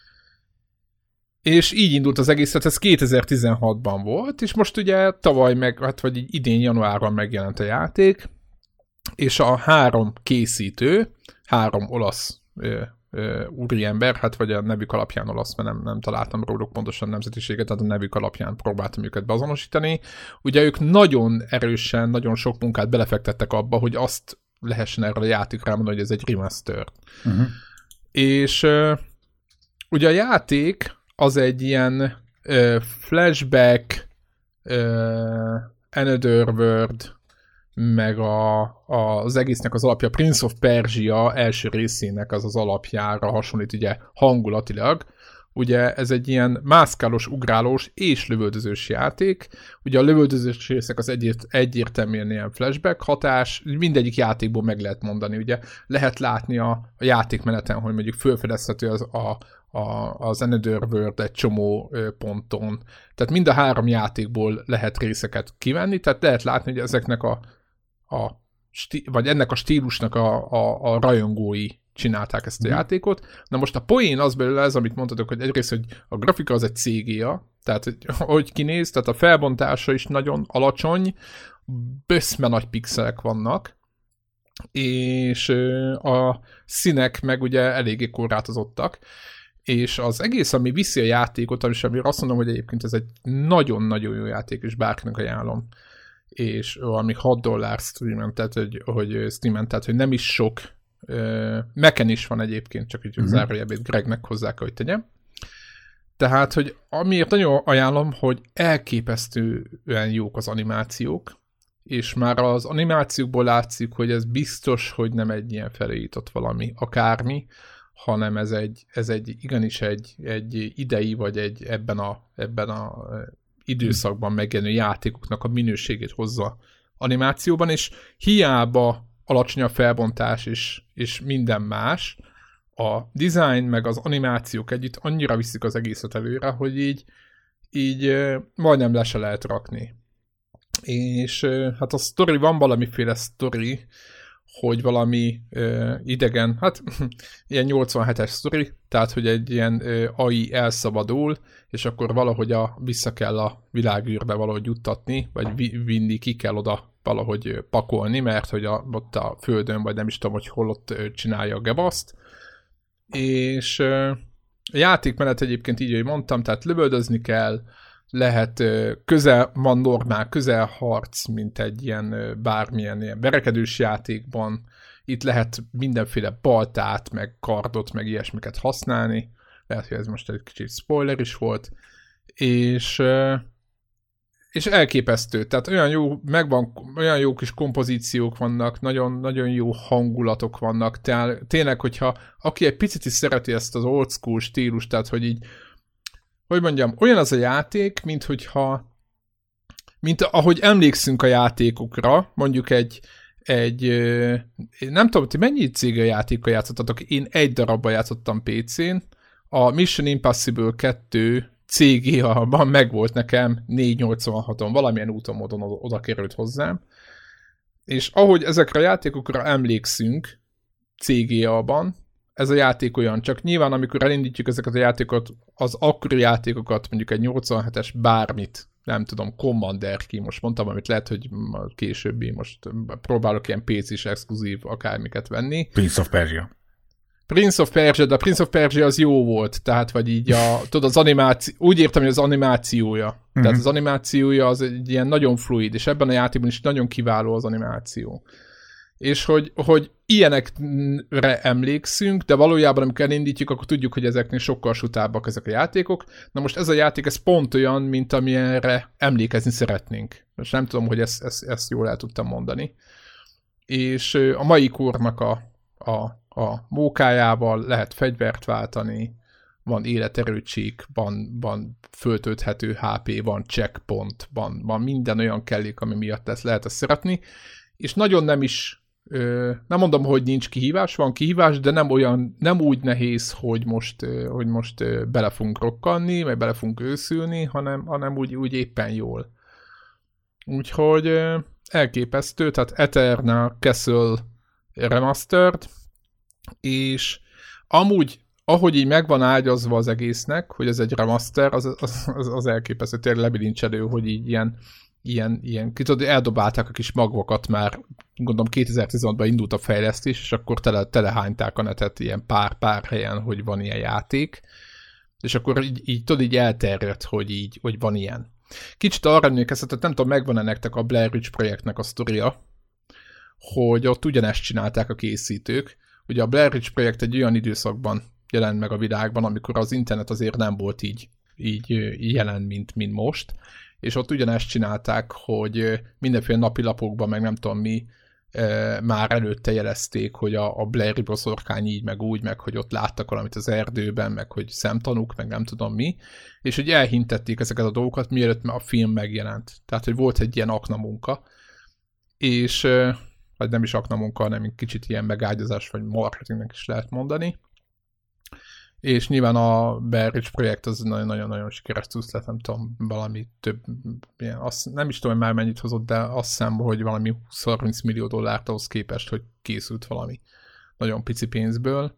[SPEAKER 1] És így indult az egész, tehát ez kétezer-tizenhatban volt, és most ugye tavaly meg, hát vagy idén januárban megjelent a játék, és a három készítő, három olasz ö, ö, úriember, hát vagy a nevük alapján olasz, mert nem, nem találtam róluk pontosan nemzetiséget, tehát a nevük alapján próbáltam őket beazonosítani. Ugye ők nagyon erősen, nagyon sok munkát belefektettek abba, hogy azt lehessen erről a játékra mondani, hogy ez egy remaster. Uh-huh. És ö, ugye a játék az egy ilyen ö, flashback, ö, Another World, meg a, a, az egésznek az alapja Prince of Persia első részének az az alapjára hasonlít ugye hangulatilag. Ugye ez egy ilyen mászkálós, ugrálós és lövöldözős játék. Ugye a lövöldözős részek az egyért, egyértelműen ilyen flashback hatás, mindegyik játékból meg lehet mondani. Ugye lehet látni a, a játékmeneten, hogy mondjuk fölfedezhető az a A, az Another World egy csomó ö, ponton. Tehát mind a három játékból lehet részeket kivenni, tehát lehet látni, hogy ezeknek a, a stí- vagy ennek a stílusnak a, a, a rajongói csinálták ezt a mm. játékot. Na most a poén az belőle ez, amit mondtatok, hogy egyrészt, hogy a grafika az egy cé gé á, tehát hogy, hogy kinéz, tehát a felbontása is nagyon alacsony, böszme nagy pixelek vannak, és ö, a színek meg ugye eléggé korlátozottak. És az egész, ami viszi a játékot, és amire azt mondom, hogy egyébként ez egy nagyon-nagyon jó játék, és bárkinek ajánlom. És valami hat dollár streamen, tehát hogy, hogy streamen, tehát hogy nem is sok. Uh, Mac-en is van egyébként, csak így uh-huh. zárójelbét Gregnek hozzá kell, hogy tegyem. Tehát, hogy amiért nagyon ajánlom, hogy elképesztően jók az animációk, és már az animációkból látszik, hogy ez biztos, hogy nem egy ilyen felújított valami, akármi, hanem ez egy, ez egy igenis egy, egy idei, vagy egy ebben a, ebben a időszakban megjelenő játékoknak a minőségét hozza animációban, és hiába alacsony a felbontás és, és minden más, a design meg az animációk együtt annyira viszik az egészet előre, hogy így, így majdnem le se lehet rakni. És hát a sztori, van valamiféle sztori, hogy valami ö, idegen, hát ilyen nyolcvanhetes sztori, tehát hogy egy ilyen ö, á i elszabadul, és akkor valahogy a, vissza kell a világűrbe valahogy juttatni, vagy vi, vinni, ki kell oda valahogy pakolni, mert hogy a, ott a földön, vagy nem is tudom, hogy hol ott ö, csinálja a gebaszt. És ö, a játékmenet egyébként így, hogy mondtam, tehát lövöldözni kell, lehet közel, van normál közelharc, mint egy ilyen bármilyen ilyen verekedős játékban. Itt lehet mindenféle baltát, meg kardot, meg ilyesmiket használni. Lehet, hogy ez most egy kicsit spoiler is volt. És, és elképesztő. Tehát olyan jó, megvan, olyan jó kis kompozíciók vannak, nagyon, nagyon jó hangulatok vannak. Tehát tényleg, hogyha aki egy picit is szereti ezt az old school stílus, tehát hogy így hogy mondjam, olyan az a játék, mint hogyha, mint ahogy emlékszünk a játékokra, mondjuk egy, egy nem tudom, ti mennyi cége játékkal játszottatok, én egy darabban játszottam pé cén, a Mission Impossible kettő cé gé á-ban megvolt nekem négyszáznyolcvanhaton, valamilyen úton módon oda, oda került hozzám, és ahogy ezekre a játékokra emlékszünk cé gé á-ban, ez a játék olyan, csak nyilván amikor elindítjuk ezeket a játékokat, az akkori játékokat, mondjuk egy nyolcvanhetes bármit, nem tudom, Commander ki, most mondtam, amit lehet, hogy későbbi, most próbálok ilyen pé cés exkluzív akármiket venni.
[SPEAKER 3] Prince of Persia.
[SPEAKER 1] Prince of Persia, de a Prince of Persia az jó volt, tehát vagy így a, tudod, az animáció, úgy értem, hogy az animációja. Mm-hmm. Tehát az animációja az egy ilyen nagyon fluid, és ebben a játékban is nagyon kiváló az animáció. És hogy, hogy ilyenekre emlékszünk, de valójában amikor elindítjuk, akkor tudjuk, hogy ezeknél sokkal sutábbak ezek a játékok. Na most ez a játék, ez pont olyan, mint amilyenre emlékezni szeretnénk. Most nem tudom, hogy ezt, ezt, ezt jól el tudtam mondani. És a mai kornak a, a, a mókájával lehet fegyvert váltani, van életerőcsík, van, van föltölthető há pé, van checkpoint, van, van minden olyan kellék, ami miatt ezt lehet ezt szeretni. És nagyon nem is nem mondom, hogy nincs kihívás, van kihívás, de nem olyan, nem úgy nehéz, hogy most, hogy most bele fogunk rokkanni, vagy bele fogunk őszülni, hanem, hanem úgy, úgy éppen jól. Úgyhogy elképesztő, tehát Eternal Castle Remastered, és amúgy, ahogy így megvan ágyazva az egésznek, hogy ez egy remaster, az, az, az elképesztő, tényleg lebilincselő, hogy így ilyen ilyen, ilyen tudod, eldobálták a kis magvakat már, gondolom kétezer-tizenhatban indult a fejlesztés, és akkor tele, telehányták a netet ilyen pár-pár helyen, hogy van ilyen játék, és akkor így, így tudod, így elterjedt, hogy így, hogy van ilyen. Kicsit arra emlékeztetett, nem tudom, megvan-e nektek a Blair Witch projektnek a sztoria, hogy ott ugyanezt csinálták a készítők. Ugye a Blair Witch projekt egy olyan időszakban jelent meg a világban, amikor az internet azért nem volt így, így jelen, mint, mint most, és ott ugyanezt csinálták, hogy mindenféle napilapokban, meg nem tudom mi, e, már előtte jelezték, hogy a, a Blair boszorkány így, meg úgy, meg hogy ott láttak valamit az erdőben, meg hogy szemtanúk, meg nem tudom mi, és hogy elhintették ezeket a dolgokat, mielőtt a film megjelent. Tehát, hogy volt egy ilyen aknamunka, és vagy nem is aknamunka, hanem kicsit ilyen megágyazás, vagy marketingnek is lehet mondani. És nyilván a Blair Witch projekt az nagyon-nagyon sikeres cucc lett, nem tudom, valami több, ilyen, azt, nem is tudom, hogy már mennyit hozott, de azt hiszem, hogy valami húsz-harminc millió dollárt ahhoz képest, hogy készült valami nagyon pici pénzből.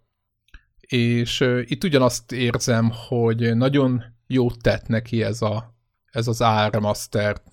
[SPEAKER 1] És uh, itt ugyanazt érzem, hogy nagyon jót tett neki ez, a, ez az A-remaster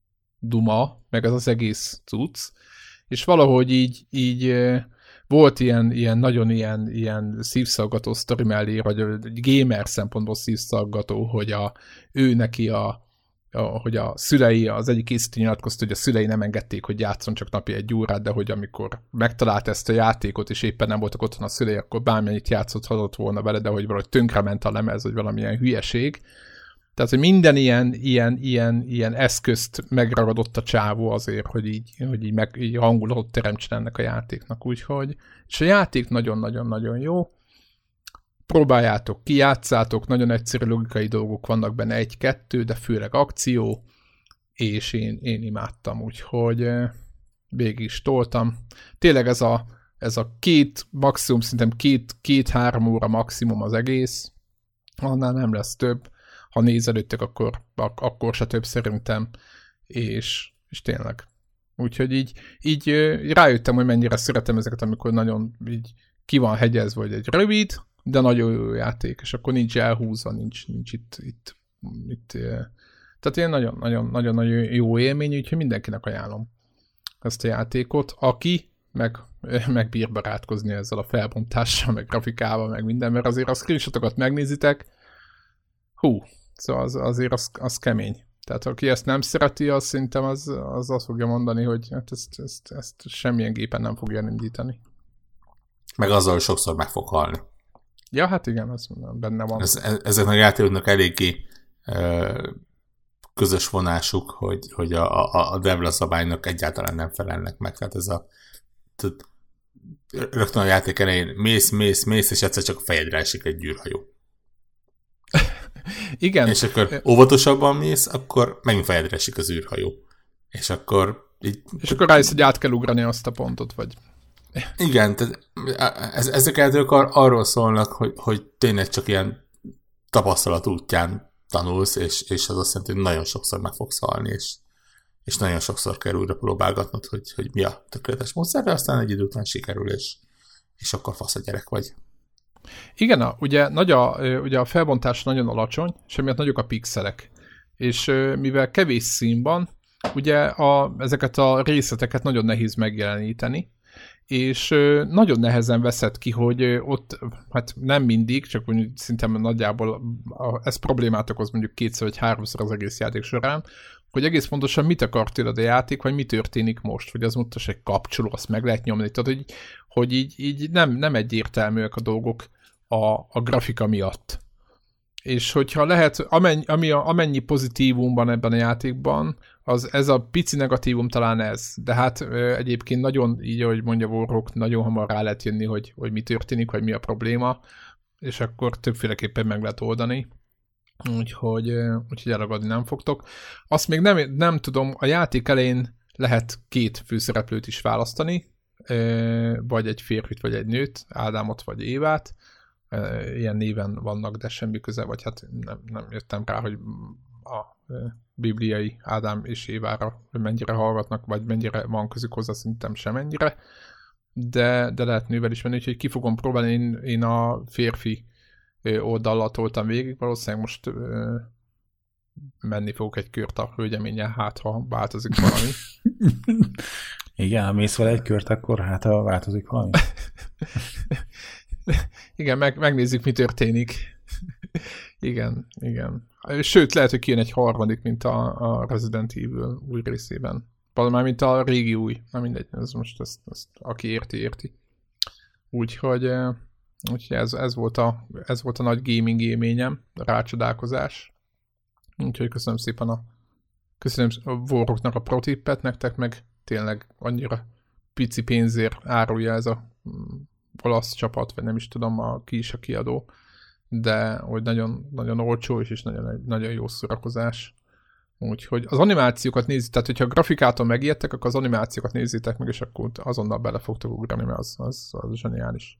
[SPEAKER 1] duma, meg ez az egész cucc, és valahogy így, így uh, volt ilyen, ilyen nagyon ilyen, ilyen szívszaggató sztori mellé, vagy egy gamer szempontból szívszaggató, hogy a, ő neki a, a, hogy a szülei, az egyik készítő nyilatkozta, hogy a szülei nem engedték, hogy játszon csak napi egy órát, de hogy amikor megtalált ezt a játékot, és éppen nem voltak otthon a szülei, akkor bármennyit játszott, hazott volna vele, de hogy valahogy tönkrement a lemez, vagy valamilyen hülyeség. Tehát, hogy minden ilyen, ilyen, ilyen, ilyen eszközt megragadott a csávó azért, hogy így, hogy így, meg, így hangulatot teremtsen ennek a játéknak. Úgyhogy, és a játék nagyon-nagyon-nagyon jó. Próbáljátok, kijátszátok, nagyon egyszerű logikai dolgok vannak benne, egy-kettő, de főleg akció, és én, én imádtam, úgyhogy végig is toltam. Tényleg ez a, ez a két, maximum, szerintem két, két-három óra maximum az egész, annál nem lesz több. Ha nézelődtök, akkor, ak- akkor se több szerintem, és, és tényleg. Úgyhogy így, így rájöttem, hogy mennyire szeretem ezeket, amikor nagyon így ki van hegyezve, vagy egy rövid, de nagyon jó játék, és akkor nincs elhúzva, nincs, nincs itt, itt, itt tehát ilyen nagyon-nagyon jó élmény, úgyhogy mindenkinek ajánlom ezt a játékot, aki meg, meg bír barátkozni ezzel a felbontással, meg grafikával, meg minden, mert azért a screenshotokat megnézitek, hú, szóval az, azért az, az kemény. Tehát aki ezt nem szereti, az szerintem az, az azt fogja mondani, hogy hát ezt, ezt, ezt semmilyen gépen nem fogja elindítani.
[SPEAKER 2] Meg azzal sokszor meg fog halni.
[SPEAKER 1] Ja, hát igen, ez benne van.
[SPEAKER 2] Ez, ezeknek a játékoknak eléggé ö, közös vonásuk, hogy, hogy a, a, a Devla szabálynak egyáltalán nem felelnek meg. Tehát ez a tehát, rögtön a játék elején mész, mész, mész, és egyszer csak a fejedre esik egy gyűrhajó.
[SPEAKER 1] Igen.
[SPEAKER 2] És akkor óvatosabban mész, akkor megint fejedre esik az űrhajó. És akkor így...
[SPEAKER 1] És akkor rájössz, hogy át kell ugrani azt a pontot, vagy...
[SPEAKER 2] Igen, tehát ezek eltők ar- arról szólnak, hogy, hogy tényleg csak ilyen tapasztalat útján tanulsz, és, és az azt jelenti, hogy nagyon sokszor meg fogsz halni, és, és nagyon sokszor kell újra próbálgatnod, hogy, hogy mi a tökéletes módszer, de aztán egy idő után sikerül, és, és akkor fasz a gyerek vagy.
[SPEAKER 1] Igen, a, ugye, nagy a, ugye a felbontás nagyon alacsony, és emiatt nagyok a pixelek. És mivel kevés szín van, ugye a, ezeket a részleteket nagyon nehéz megjeleníteni, és nagyon nehezen veszed ki, hogy ott, hát nem mindig, csak mondjuk szinte nagyjából ez problémát okoz mondjuk kétszer vagy háromszor az egész játék során, hogy egész pontosan mit akar tőled a játék, vagy mi történik most, hogy az mutas egy kapcsoló, azt meg lehet nyomni, tehát hogy, hogy így, így nem, nem egyértelműek a dolgok a, a grafika miatt. És hogyha lehet, amennyi, ami a, amennyi pozitívum van ebben a játékban, az ez a pici negatívum talán ez. De hát ö, egyébként nagyon, így ahogy mondja Warhawk, nagyon hamar rá lehet jönni, hogy, hogy mi történik, vagy mi a probléma, és akkor többféleképpen meg lehet oldani. Úgyhogy, úgyhogy elragadni nem fogtok. Azt még nem, nem tudom, a játék elején lehet két főszereplőt is választani, vagy egy férfit, vagy egy nőt, Ádámot, vagy Évát. Ilyen néven vannak, de semmi köze, vagy hát nem, nem jöttem rá, hogy a bibliai Ádám és Évára mennyire hallgatnak, vagy mennyire van közük hozzá, szerintem semennyire, de, de lehet nővel is menni, úgyhogy ki fogom próbálni, én, én a férfi oldallal toltam végig, valószínűleg most menni fogok egy kört a hölgyeménnyel, hát ha változik valami.
[SPEAKER 3] Igen, ha mész vele egy kört, akkor hát ha változik valami.
[SPEAKER 1] Igen, meg, megnézzük, mi történik. Igen, igen. Sőt, lehet, hogy kijön egy harmadik, mint a, a Resident Evil új részében. Valami, mint a régi új. Na mindegy, ez most ezt, ezt aki érti, érti. Úgyhogy, úgyhogy ez, ez, volt a, ez volt a nagy gaming élményem, a rácsodálkozás. Úgyhogy köszönöm szépen a köszönöm a Warrocknak a pro tippet, nektek meg tényleg annyira pici pénzért árulja ez a olasz csapat, vagy nem is tudom, a, ki is a kiadó, de hogy nagyon, nagyon olcsó is, és nagyon, nagyon jó szórakozás. Úgyhogy az animációkat nézzétek, tehát hogyha a grafikától megijedtek, akkor az animációkat nézzétek meg, és akkor azonnal bele fogtok ugrani, mert az, az, az zseniális.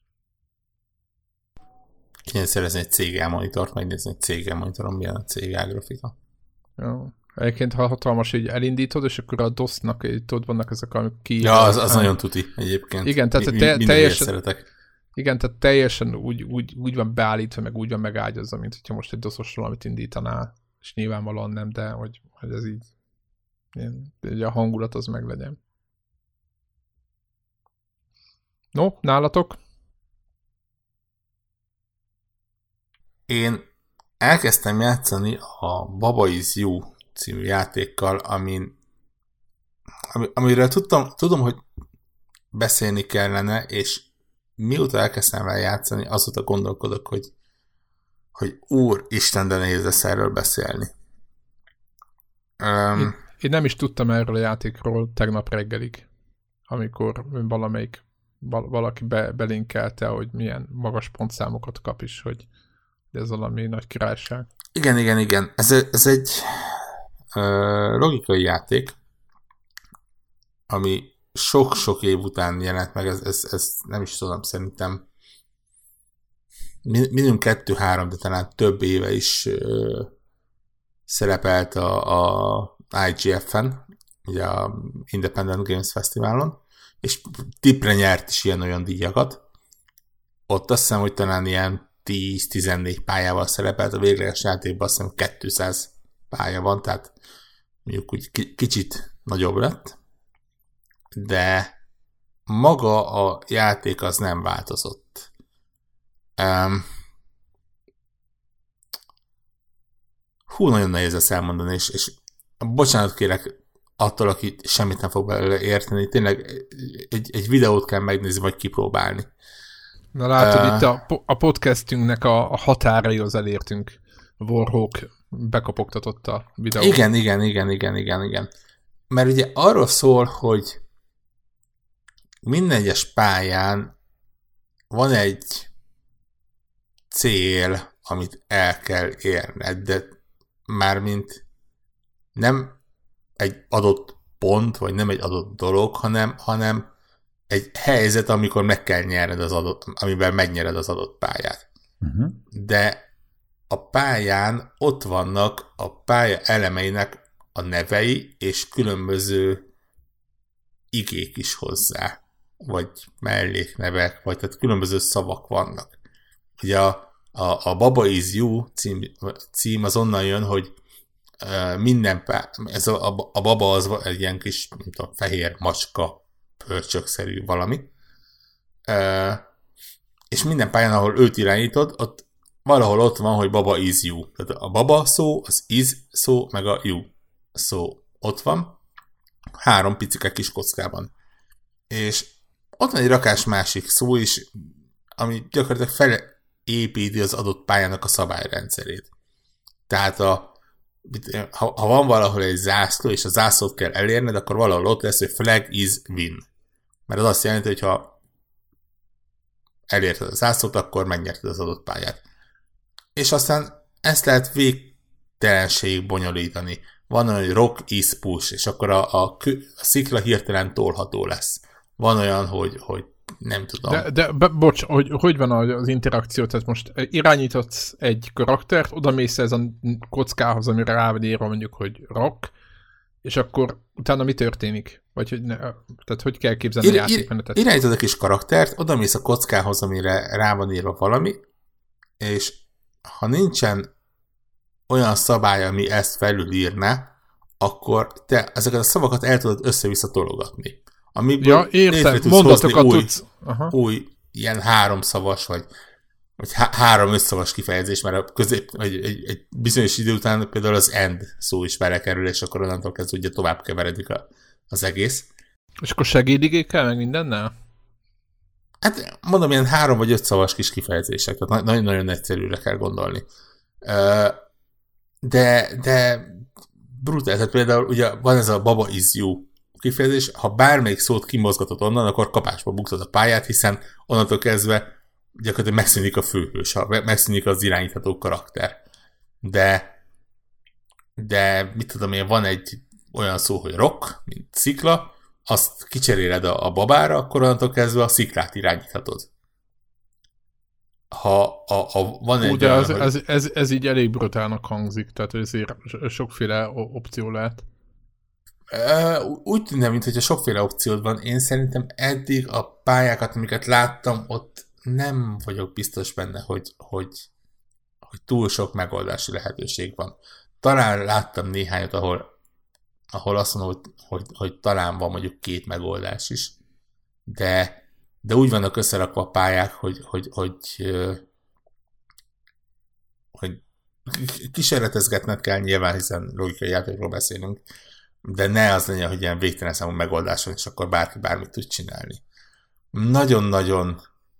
[SPEAKER 2] Kéne szerezni egy cé gé á monitort, megnézni egy cé gé á monitoron, milyen a cé gé á grafika.
[SPEAKER 1] Jó. Egyébként ha hatalmas, így elindítod, és akkor a dosznak, tudod, vannak ezek, amik ki...
[SPEAKER 2] Ja, az, az nagyon tuti egyébként.
[SPEAKER 1] Igen, tehát
[SPEAKER 2] mi,
[SPEAKER 1] te,
[SPEAKER 2] mi,
[SPEAKER 1] teljesen...
[SPEAKER 2] szeretek.
[SPEAKER 1] Igen, tehát teljesen úgy, úgy, úgy van beállítva, meg úgy van megágyazva, mint hogyha most egy doszos valamit indítanál, és nyilvánvalóan nem, de hogy, hogy ez így, ilyen, így a hangulat az meg legyen. No, nálatok?
[SPEAKER 2] Én elkezdtem játszani a Baba Is You című játékkal, amin, am, amiről tudtam, tudom, hogy beszélni kellene, és mióta elkezdtem vele játszani, azóta gondolkodok, hogy, hogy úristen, de nehéz lesz erről beszélni. Um,
[SPEAKER 1] én, én nem is tudtam erről a játékról tegnap reggelig, amikor valamelyik val- valaki be, belinkelte, hogy milyen magas pontszámokat kap is, hogy ez valami nagy királyság.
[SPEAKER 2] Igen, igen, igen. Ez, ez egy uh, logikai játék, ami sok-sok év után jelent meg, ez, ez, ez nem is tudom, szerintem minimum kettő-három, de talán több éve is uh, szerepelt a, a i gé ef-en, ugye a Independent Games Fesztiválon, és tippre nyert is ilyen-olyan díjakat. Ott azt hiszem, hogy talán ilyen tíz-tizennégy pályával szerepelt, a végleges játékban azt hiszem kétszáz pálya van, tehát mondjuk úgy k- kicsit nagyobb lett, de maga a játék az nem változott. Um, hú, nagyon nehéz ezt elmondani, és, és bocsánat kérek attól, aki semmit nem fog belőle érteni, tényleg egy, egy videót kell megnézni, vagy kipróbálni.
[SPEAKER 1] Na látod, uh, itt a, a podcastünknek a, a határaihoz elértünk. Warhawk bekopogtatott a videót.
[SPEAKER 2] Igen, igen, igen, igen, igen, igen. Mert ugye arról szól, hogy minden egyes pályán van egy cél, amit el kell érned, de mármint nem egy adott pont, vagy nem egy adott dolog, hanem, hanem egy helyzet, amikor meg kell nyerned az adott, amivel megnyered az adott pályát. Uh-huh. De a pályán ott vannak a pálya elemeinek a nevei, és különböző igék is hozzá, vagy melléknevek, vagy tehát különböző szavak vannak. Ugye a, a, a Baba Is You cím, cím az onnan jön, hogy uh, minden pálya, ez a, a, a baba az egy ilyen kis, nem tudom, fehér macska, pörcsökszerű valami. Uh, és minden pályán, ahol őt irányítod, ott valahol ott van, hogy Baba Is You. Tehát a baba szó, az is szó, meg a you szó ott van. Három picike kis kockában. És ott van egy rakás másik szó is, ami gyakorlatilag felépíti az adott pályának a szabályrendszerét. Tehát a, ha, ha van valahol egy zászló, és a zászlót kell elérned, akkor valahol ott lesz, hogy flag is win. Mert az azt jelenti, hogy ha elérted a zászlót, akkor megnyerted az adott pályát. És aztán ezt lehet végtelenségig bonyolítani. Van olyan, hogy rock is push, és akkor a, a, a szikla hirtelen tolható lesz. Van olyan, hogy, hogy nem tudom.
[SPEAKER 1] De, de be, bocs, hogy, hogy van az interakció? Tehát most irányíthatsz egy karaktert, oda mész ez a kockához, amire rá van írva mondjuk, hogy rock, és akkor utána mi történik? Vagy hogy ne, tehát hogy kell képzelni ir, a játékmenetet?
[SPEAKER 2] Ir, irányítod a kis karaktert, oda mész a kockához, amire rá van írva valami, és ha nincsen olyan szabály, ami ezt felülírná, akkor te ezeket a szavakat el tudod össze-vissza tologatni. Amiből
[SPEAKER 1] ja, értem, mondatokat új, tudsz. Aha.
[SPEAKER 2] Új, ilyen háromszavas, vagy, vagy há- három összavas kifejezés, mert a közép, egy, egy, egy bizonyos idő után például az end szó is belekerül, és akkor onnantól kezdve ugye tovább keveredik a, az egész.
[SPEAKER 1] És akkor segédigékkel, meg mindennel?
[SPEAKER 2] Hát mondom, ilyen három vagy öt szavas kis kifejezések, tehát nagyon-nagyon egyszerűre kell gondolni. De, de brutál, tehát például ugye van ez a baba is you kifejezés, ha bármelyik szót kimozgatod onnan, akkor kapásba buktad a pályát, hiszen onnantól kezdve gyakorlatilag megszűnik a főhős, megszűnik az irányítható karakter. De, de mit tudom én, van egy olyan szó, hogy rock, mint szikla, azt kicseréled a, a babára, akkor onnantól kezdve a sziklát irányíthatod. Ha a, a, van
[SPEAKER 1] Hú,
[SPEAKER 2] egy
[SPEAKER 1] de
[SPEAKER 2] olyan,
[SPEAKER 1] ez,
[SPEAKER 2] hogy...
[SPEAKER 1] ez, ez, ez így elég brutálnak hangzik, tehát ezért sokféle opció lehet.
[SPEAKER 2] Úgy tűnne, mintha sokféle opciód van. Én szerintem eddig a pályákat, amiket láttam, ott nem vagyok biztos benne, hogy, hogy, hogy túl sok megoldási lehetőség van. Talán láttam néhányat, ahol, ahol azt mondom, hogy, hogy, hogy talán van mondjuk két megoldás is, de, de úgy vannak összerakva a pályák, hogy, hogy, hogy, hogy kísérletezgetned kell nyilván, hiszen logikai játékról beszélünk, de ne az legyen, hogy ilyen végtelen számú megoldás van, és akkor bárki bármit tud csinálni. Nagyon-nagyon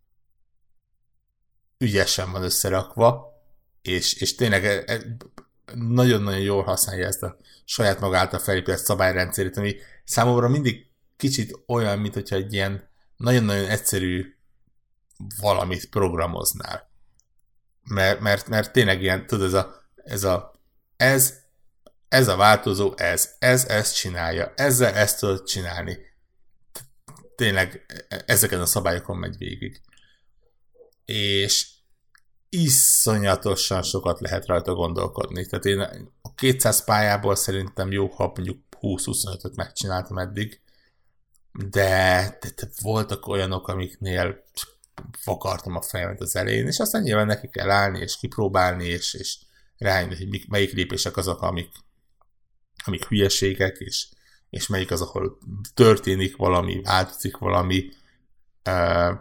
[SPEAKER 2] ügyesen van összerakva, és, és tényleg nagyon-nagyon jól használja ezt a saját maga által felépített szabályrendszerét, ami számomra mindig kicsit olyan, mint hogyha egy ilyen nagyon-nagyon egyszerű valamit programoznál. Mert, mert, mert tényleg ilyen, tudod, ez a, ez a ez Ez a változó, ez, ez ezt csinálja, ezzel ezt tudod csinálni. Tényleg ezeken a szabályokon megy végig. És iszonyatosan sokat lehet rajta gondolkodni. Tehát én a kétszáz pályából szerintem jó, ha mondjuk húsz-huszonötöt megcsináltam eddig, de, de, de voltak olyanok, amiknél vakartam a fejemet az elején, és aztán nyilván neki kell állni, és kipróbálni, és, és rájönni, hogy melyik lépések azok, amik amik hülyeségek, és, és melyik az, ahol történik valami, változik valami. Uh,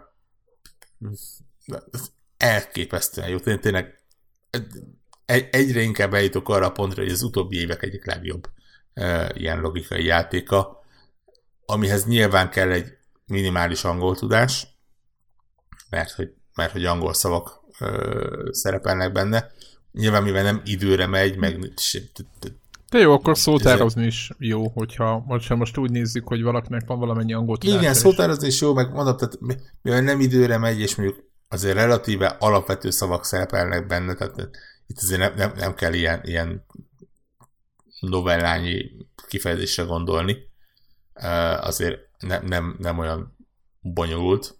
[SPEAKER 2] elképesztően jó. Tényleg egyre inkább eljutok arra a pontra, hogy az utóbbi évek egyik legjobb uh, ilyen logikai játéka, amihez nyilván kell egy minimális angol tudás, mert hogy, mert hogy angol szavak uh, szerepelnek benne. Nyilván, mivel nem időre megy, meg
[SPEAKER 1] de jó, akkor szótározni is jó, hogyha, hogyha most úgy nézzük, hogy valakinek van valamennyi angol tudása.
[SPEAKER 2] Igen, szótározni is jó, meg mondom, tehát mivel nem időre megy, és mondjuk azért relatíve alapvető szavak szerepelnek benne, tehát itt azért nem, nem, nem kell ilyen, ilyen novellányi kifejezésre gondolni. Azért nem, nem, nem olyan bonyolult,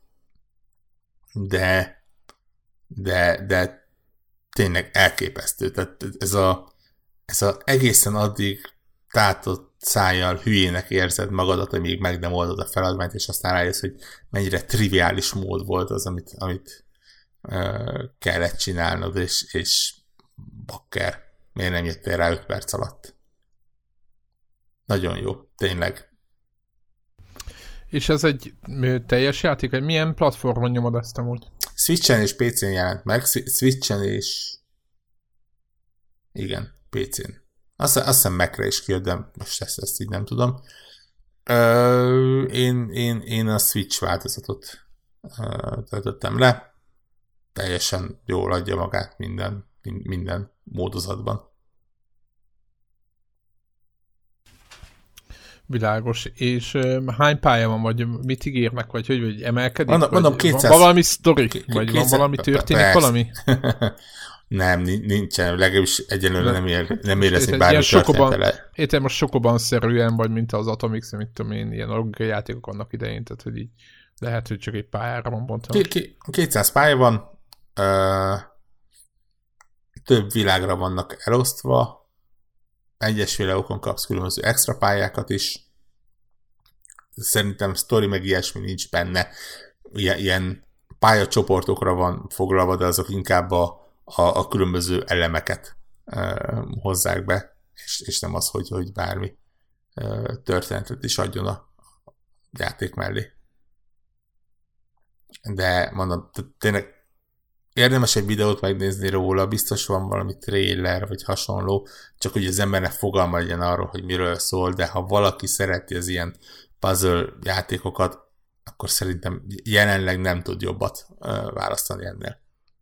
[SPEAKER 2] de de, de tényleg elképesztő. Tehát ez a ez az egészen addig tátott szájjal hülyének érzed magadat, amíg meg nem oldod a feladványt, és aztán rájössz, hogy mennyire triviális mód volt az, amit, amit uh, kellett csinálnod, és, és bakker, miért nem jöttél rá öt perc alatt. Nagyon jó, tényleg.
[SPEAKER 1] És ez egy teljes játék? Milyen platformon nyomod ezt amúgy?
[SPEAKER 2] Switchen és pé cén jelent meg. Switchen és igen, pé cén. Azt, azt hiszem Mac-re is kijött, de most ezt, ezt így nem tudom. Ö, én, én, én a Switch változatot ö, töltöttem le. Teljesen jól adja magát minden, minden módozatban.
[SPEAKER 1] Világos. És uh, hány pálya van, vagy mit ígérnek, vagy hogy vagy emelkedik?
[SPEAKER 2] Mondom,
[SPEAKER 1] vagy
[SPEAKER 2] mondom kétszáz...
[SPEAKER 1] Van valami sztori?
[SPEAKER 2] K-
[SPEAKER 1] vagy
[SPEAKER 2] kétszáz...
[SPEAKER 1] van valami történik
[SPEAKER 2] Persze.
[SPEAKER 1] valami?
[SPEAKER 2] Nem, nincsen. Legalábbis egyenlőre nem, ér, nem éreznék
[SPEAKER 1] bármi
[SPEAKER 2] történetele.
[SPEAKER 1] Értem most sokoban-szerűen, vagy mint az Atomic, mit tudom én, ilyen logikai játékok annak idején, tehát hogy így lehet, hogy csak egy pályára van bontva.
[SPEAKER 2] kétszáz pálya van, ö, több világra vannak elosztva, egyes világokon kapsz különböző extra pályákat is. Szerintem sztori meg ilyesmi nincs benne. Ilyen, ilyen pályacsoportokra van foglalva, de azok inkább a, a, a különböző elemeket uh, hozzák be, és, és nem az, hogy, hogy bármi uh, történetet is adjon a játék mellé. De mondom, tényleg érdemes egy videót megnézni róla, biztos van valami trailer, vagy hasonló, csak hogy az embernek fogalma legyen arról, hogy miről szól, de ha valaki szereti az ilyen puzzle játékokat, akkor szerintem jelenleg nem tud jobbat uh, választani ennél.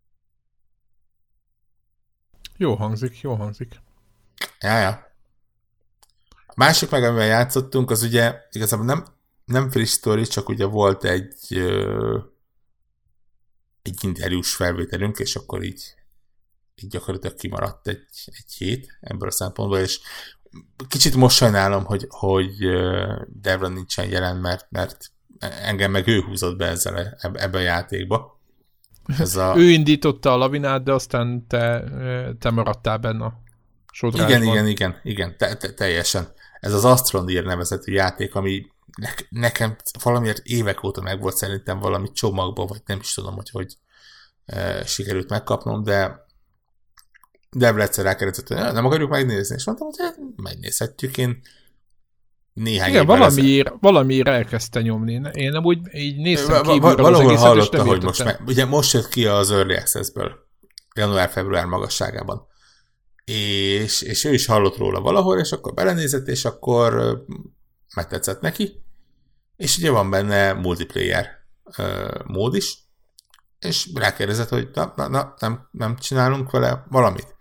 [SPEAKER 1] Jó hangzik, jó hangzik.
[SPEAKER 2] Jájá. A másik meg, amivel játszottunk, az ugye igazából nem, nem friss sztori, csak ugye volt egy uh, egy interjús felvételünk, és akkor így, így gyakorlatilag kimaradt egy, egy hét ebből a szempontból, és kicsit most sajnálom, hogy, hogy Devran nincsen jelen, mert, mert engem meg ő húzott be ezzel ebbe a játékba. Ez a...
[SPEAKER 1] ő indította a lavinát, de aztán te, te maradtál benne a sodrásban.
[SPEAKER 2] Igen, igen, igen, igen, te, te, teljesen. Ez az Astroneer nevezetű játék, ami ne, nekem valamiért évek óta meg volt szerintem valami csomagban, vagy nem is tudom, hogy hogy e, sikerült megkapnom, de Devra egyszer rákérdezett, hogy nem akarjuk megnézni, és mondtam, hogy megnézhetjük, én néhány
[SPEAKER 1] igen, valamiért, valamiért elkezdte nyomni. Én nem úgy így néztem kívülről
[SPEAKER 2] valahol
[SPEAKER 1] az egészet,
[SPEAKER 2] hallotta,
[SPEAKER 1] és nem
[SPEAKER 2] hogy most meg, ugye most jött ki az Early Access-ből, január-február magasságában. És, és ő is hallott róla valahol, és akkor belenézett, és akkor megtetszett neki, és ugye van benne multiplayer uh, mód is, és rákérdezett, hogy na, na, na nem, nem csinálunk vele valamit.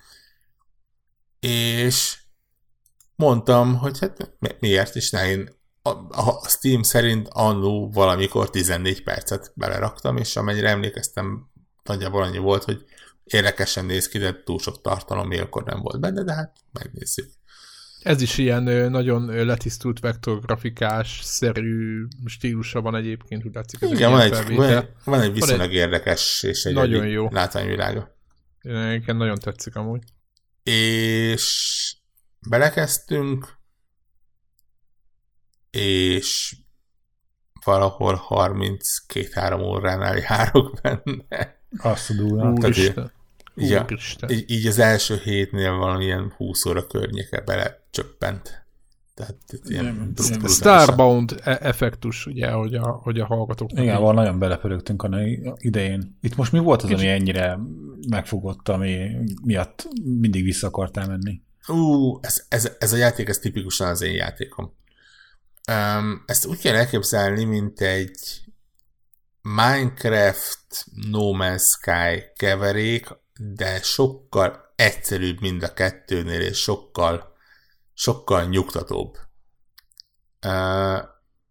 [SPEAKER 2] És mondtam, hogy hát miért is ne, én a, a Steam szerint annó valamikor tizennégy percet beleraktam, és amennyire emlékeztem, nagyjából annyi volt, hogy érdekesen néz ki, de túl sok tartalom akkor nem volt benne, de hát megnézzük.
[SPEAKER 1] Ez is ilyen nagyon letisztult vektorgrafikás-szerű stílusa van egyébként, úgy látszik.
[SPEAKER 2] Igen, van egy, van, egy, van egy viszonylag van egy érdekes és egy
[SPEAKER 1] nagyon jó
[SPEAKER 2] látványvilága.
[SPEAKER 1] Igen, nagyon tetszik amúgy.
[SPEAKER 2] És belekezdtünk, és valahol harminckét-három óránál járok benne.
[SPEAKER 3] Azt a durva.
[SPEAKER 2] Úristen. Így, a, így, így az első hétnél valamilyen húsz óra környéke belecsöppent. Tehát ilyen
[SPEAKER 1] Starbound effektus, ugye, hogy a, hogy a hallgatók.
[SPEAKER 3] Igen, van nagyon belepörögtünk annak idején. Itt most mi volt az, ami ennyire megfogott, ami miatt mindig vissza akartál menni?
[SPEAKER 2] Ú, ez, ez, ez a játék, ez tipikusan az én játékom. Um, ezt úgy kell elképzelni, mint egy Minecraft No Man's Sky keverék, de sokkal egyszerűbb mind a kettőnél, és sokkal, sokkal nyugtatóbb. Uh,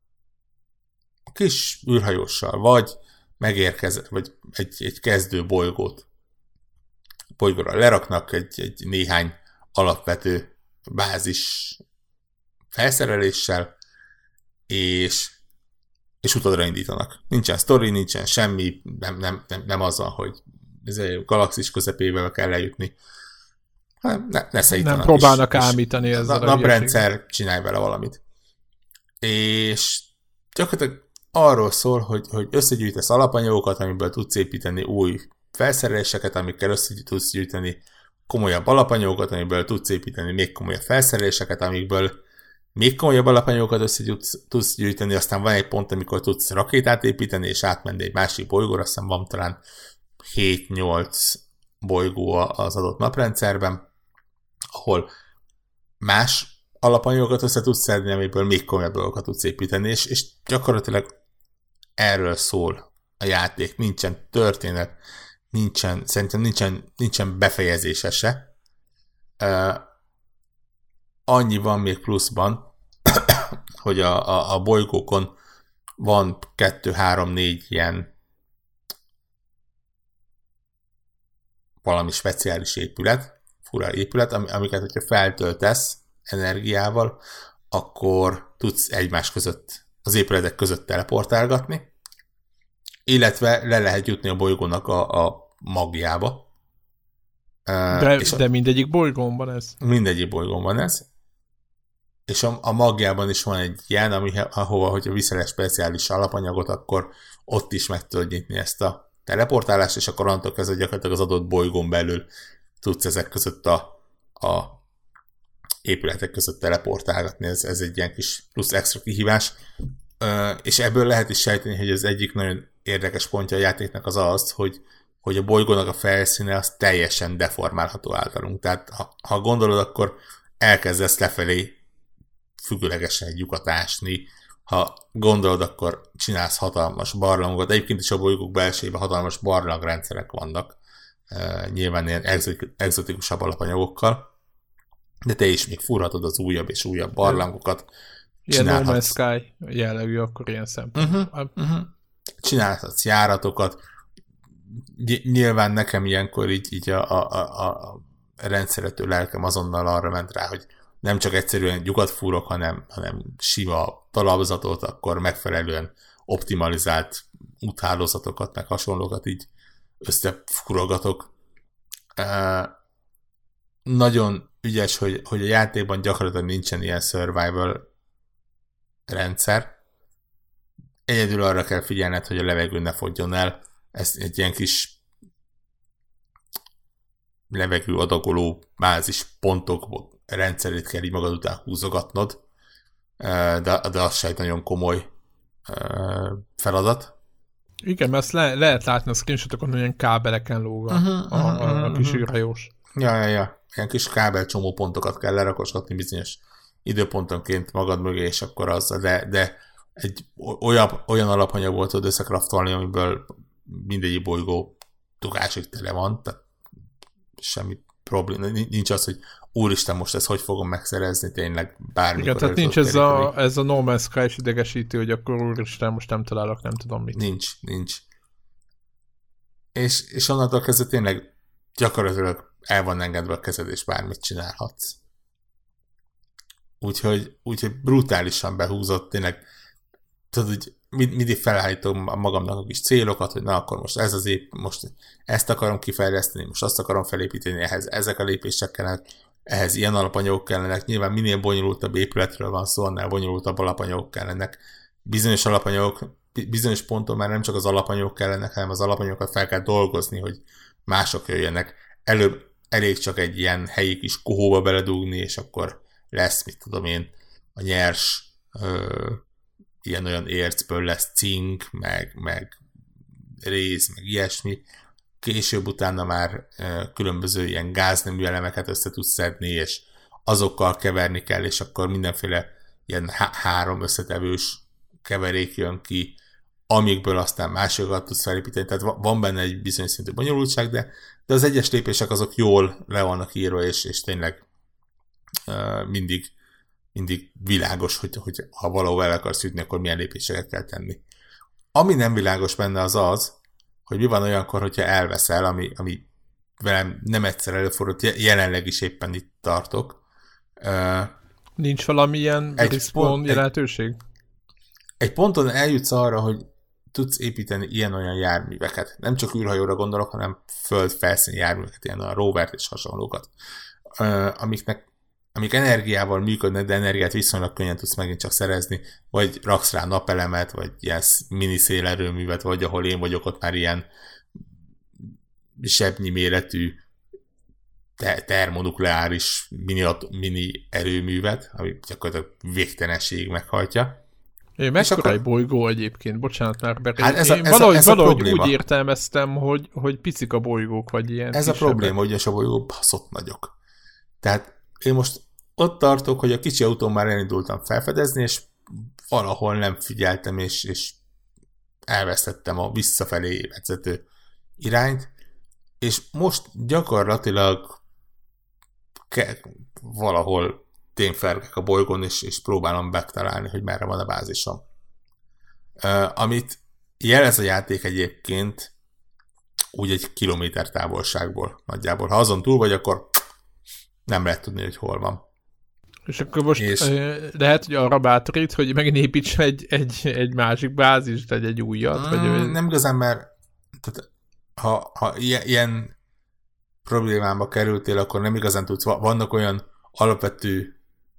[SPEAKER 2] kis űrhajóssal, vagy megérkezett, vagy egy, egy kezdő bolygót bolygóra leraknak egy, egy néhány alapvető bázis felszereléssel, és, és utadra indítanak. Nincsen sztori, nincsen semmi, nem, nem, nem, nem azzal, hogy ez egy galaxis közepébe kell lejutni. Nem, ne, ne
[SPEAKER 1] nem próbálnak is, ámítani ezzel
[SPEAKER 2] a naprendszer, csinálj vele valamit. És gyakorlatilag arról szól, hogy, hogy összegyűjtesz alapanyagokat, amiből tudsz építeni új felszereléseket, amikkel össze tudsz gyűjteni komolyabb alapanyagokat, amiből tudsz építeni még komolyabb felszereléseket, amikből még komolyabb alapanyagokat össze tudsz gyűjteni, aztán van egy pont, amikor tudsz rakétát építeni, és átmenni egy másik bolygóra, aztán van talán hét-nyolc bolygó az adott naprendszerben, ahol más alapanyagokat össze tudsz szedni, amiből még komolyabb dolgokat tudsz építeni, és, és gyakorlatilag erről szól a játék. Nincsen történet, nincsen, szerintem nincsen, nincsen befejezése se. Uh, annyi van még pluszban, hogy a, a, a bolygókon van kettő, három, négy ilyen valami speciális épület, fura épület, amiket, hogyha feltöltesz energiával, akkor tudsz egymás között, az épületek között teleportálgatni, illetve le lehet jutni a bolygónak a, a magjába.
[SPEAKER 1] De, és de mindegyik bolygón van ez?
[SPEAKER 2] Mindegyik bolygón van ez. És a, a magjában is van egy ilyen, ami, ahova, hogyha viszel egy speciális alapanyagot, akkor ott is meg tudod nyitni ezt a teleportálást, és akkor onnantól kezdve gyakorlatilag az adott bolygón belül tudsz ezek között a a épületek között teleportálgatni, ez, ez egy ilyen kis plusz extra kihívás, és ebből lehet is sejteni, hogy az egyik nagyon érdekes pontja a játéknak az az, hogy, hogy a bolygónak a felszíne az teljesen deformálható általunk. Tehát ha, ha gondolod, akkor elkezdesz lefelé függőlegesen egy lyukat ásni, ha gondolod, akkor csinálsz hatalmas barlangot. Egyébként is a bolygók belsejében hatalmas barlangrendszerek vannak, uh, nyilván ilyen exotik, exotikusabb alapanyagokkal, de te is még fúrhatod az újabb és újabb barlangokat.
[SPEAKER 1] Ilyen No Man's Sky jellegű akkor ilyen szempontból.
[SPEAKER 2] Uh-huh, uh-huh. Csinálhatsz járatokat. Nyilván nekem ilyenkor így, így a, a, a, a rendszerető lelkem azonnal arra ment rá, hogy nem csak egyszerűen lyukat fúrok, hanem, hanem sima talapzatot, akkor megfelelően optimalizált úthálózatokat, meg hasonlókat így összefúrogatok. Uh, nagyon ügyes, hogy, hogy a játékban gyakorlatilag nincsen ilyen survival rendszer. Egyedül arra kell figyelned, hogy a levegő ne fogjon el. Ez egy ilyen kis levegő adagoló bázis pontok rendszerét kell így magad után húzogatnod, de, de az se egy nagyon komoly feladat.
[SPEAKER 1] Igen, mert ezt le, lehet látni a screenshotokon, hogy ilyen kábeleken lóg a, uh-huh, a, a, a, a kis űrhajós.
[SPEAKER 2] Ja, ja, ja. Ilyen kis kábel csomó pontokat kell lerakosgatni bizonyos időpontonként magad mögé, és akkor az, de, de egy olyan, olyan alapanyagot tudod összekraftolni, amiből mindegyik bolygó tukásig tele van, tehát semmi probléma, nincs az, hogy úristen, most ezt hogy fogom megszerezni, tényleg bármikor.
[SPEAKER 1] Igen, tehát nincs ez a, ez a No Man's Sky is idegesítő, hogy akkor úristen, most nem találok, nem tudom mit.
[SPEAKER 2] Nincs, nincs. És, és onnantól kezdve tényleg gyakorlatilag el van engedve a kezed, és bármit csinálhatsz. Úgyhogy, úgyhogy brutálisan behúzott, tényleg tudod, hogy mindig felállítom magamnak a kis célokat, hogy na akkor most ez az épp, most ezt akarom kifejleszteni, most azt akarom felépíteni, ehhez ezek a lépések kellenek, ehhez ilyen alapanyagok kellenek, nyilván minél bonyolultabb épületről van szó, annál bonyolultabb alapanyagok kellenek. Bizonyos alapanyagok, bizonyos ponton már nem csak az alapanyagok kellenek, hanem az alapanyagokat fel kell dolgozni, hogy mások jöjjenek. Előbb elég csak egy ilyen helyi kis kohóba beledugni, és akkor lesz, mit tudom én, a nyers ö, ilyen-olyan ércből lesz cink, meg, meg réz, meg ilyesmi. Később utána már e, különböző ilyen gáznemű elemeket össze tudsz szedni, és azokkal keverni kell, és akkor mindenféle ilyen há- három összetevős keverék jön ki, amikből aztán másokat tudsz felépíteni. Tehát van benne egy bizonyos szintű bonyolultság, de, de az egyes lépések azok jól le vannak írva, és, és tényleg e, mindig mindig világos, hogy, hogy ha valahol el akarsz jutni, akkor milyen lépéseket kell tenni. Ami nem világos benne az az, hogy mi van olyankor, hogyha elveszel, ami, ami velem nem egyszer előfordult, jelenleg is éppen itt tartok.
[SPEAKER 1] Nincs valamilyen respawn lehetőség?
[SPEAKER 2] Egy, egy ponton eljutsz arra, hogy tudsz építeni ilyen-olyan járműveket. Nem csak űrhajóra gondolok, hanem föld-felszíni járműveket, ilyen a rovert és hasonlókat, amiknek amik energiával működnek, de energiát viszonylag könnyen tudsz megint csak szerezni, vagy raksz rá napelemet, vagy ilyen mini szélerőművet, vagy ahol én vagyok, ott már ilyen zsebnyi méretű te- termonukleáris mini, mini erőművet, ami gyakorlatilag végtelenségig meghajtja.
[SPEAKER 1] É, mekkora akkor... egy bolygó egyébként? Bocsánat már, mert
[SPEAKER 2] hát ez a,
[SPEAKER 1] én
[SPEAKER 2] ez
[SPEAKER 1] valahogy,
[SPEAKER 2] a, ez a
[SPEAKER 1] valahogy úgy értelmeztem, hogy, hogy picik a bolygók, vagy ilyen
[SPEAKER 2] Ez
[SPEAKER 1] kisebbek.
[SPEAKER 2] a probléma, hogy a bolygók baszott nagyok. Tehát én most ott tartok, hogy a kicsi autón már elindultam felfedezni, és valahol nem figyeltem, és, és elvesztettem a visszafelé vezető irányt, és most gyakorlatilag ke- valahol tényfergek a bolygón, és, és próbálom megtalálni, hogy merre van a bázisom. Uh, amit jelez a játék egyébként úgy egy kilométer távolságból nagyjából. Ha azon túl vagy, akkor nem lehet tudni, hogy hol van.
[SPEAKER 1] És akkor most
[SPEAKER 2] és...
[SPEAKER 1] lehet, hogy arra bátorít, hogy megint építsen egy, egy, egy másik bázist, egy, egy újat?
[SPEAKER 2] Mm,
[SPEAKER 1] vagy...
[SPEAKER 2] Nem igazán, mert tehát, ha, ha ilyen, ilyen problémába kerültél, akkor nem igazán tudsz. Vannak olyan alapvető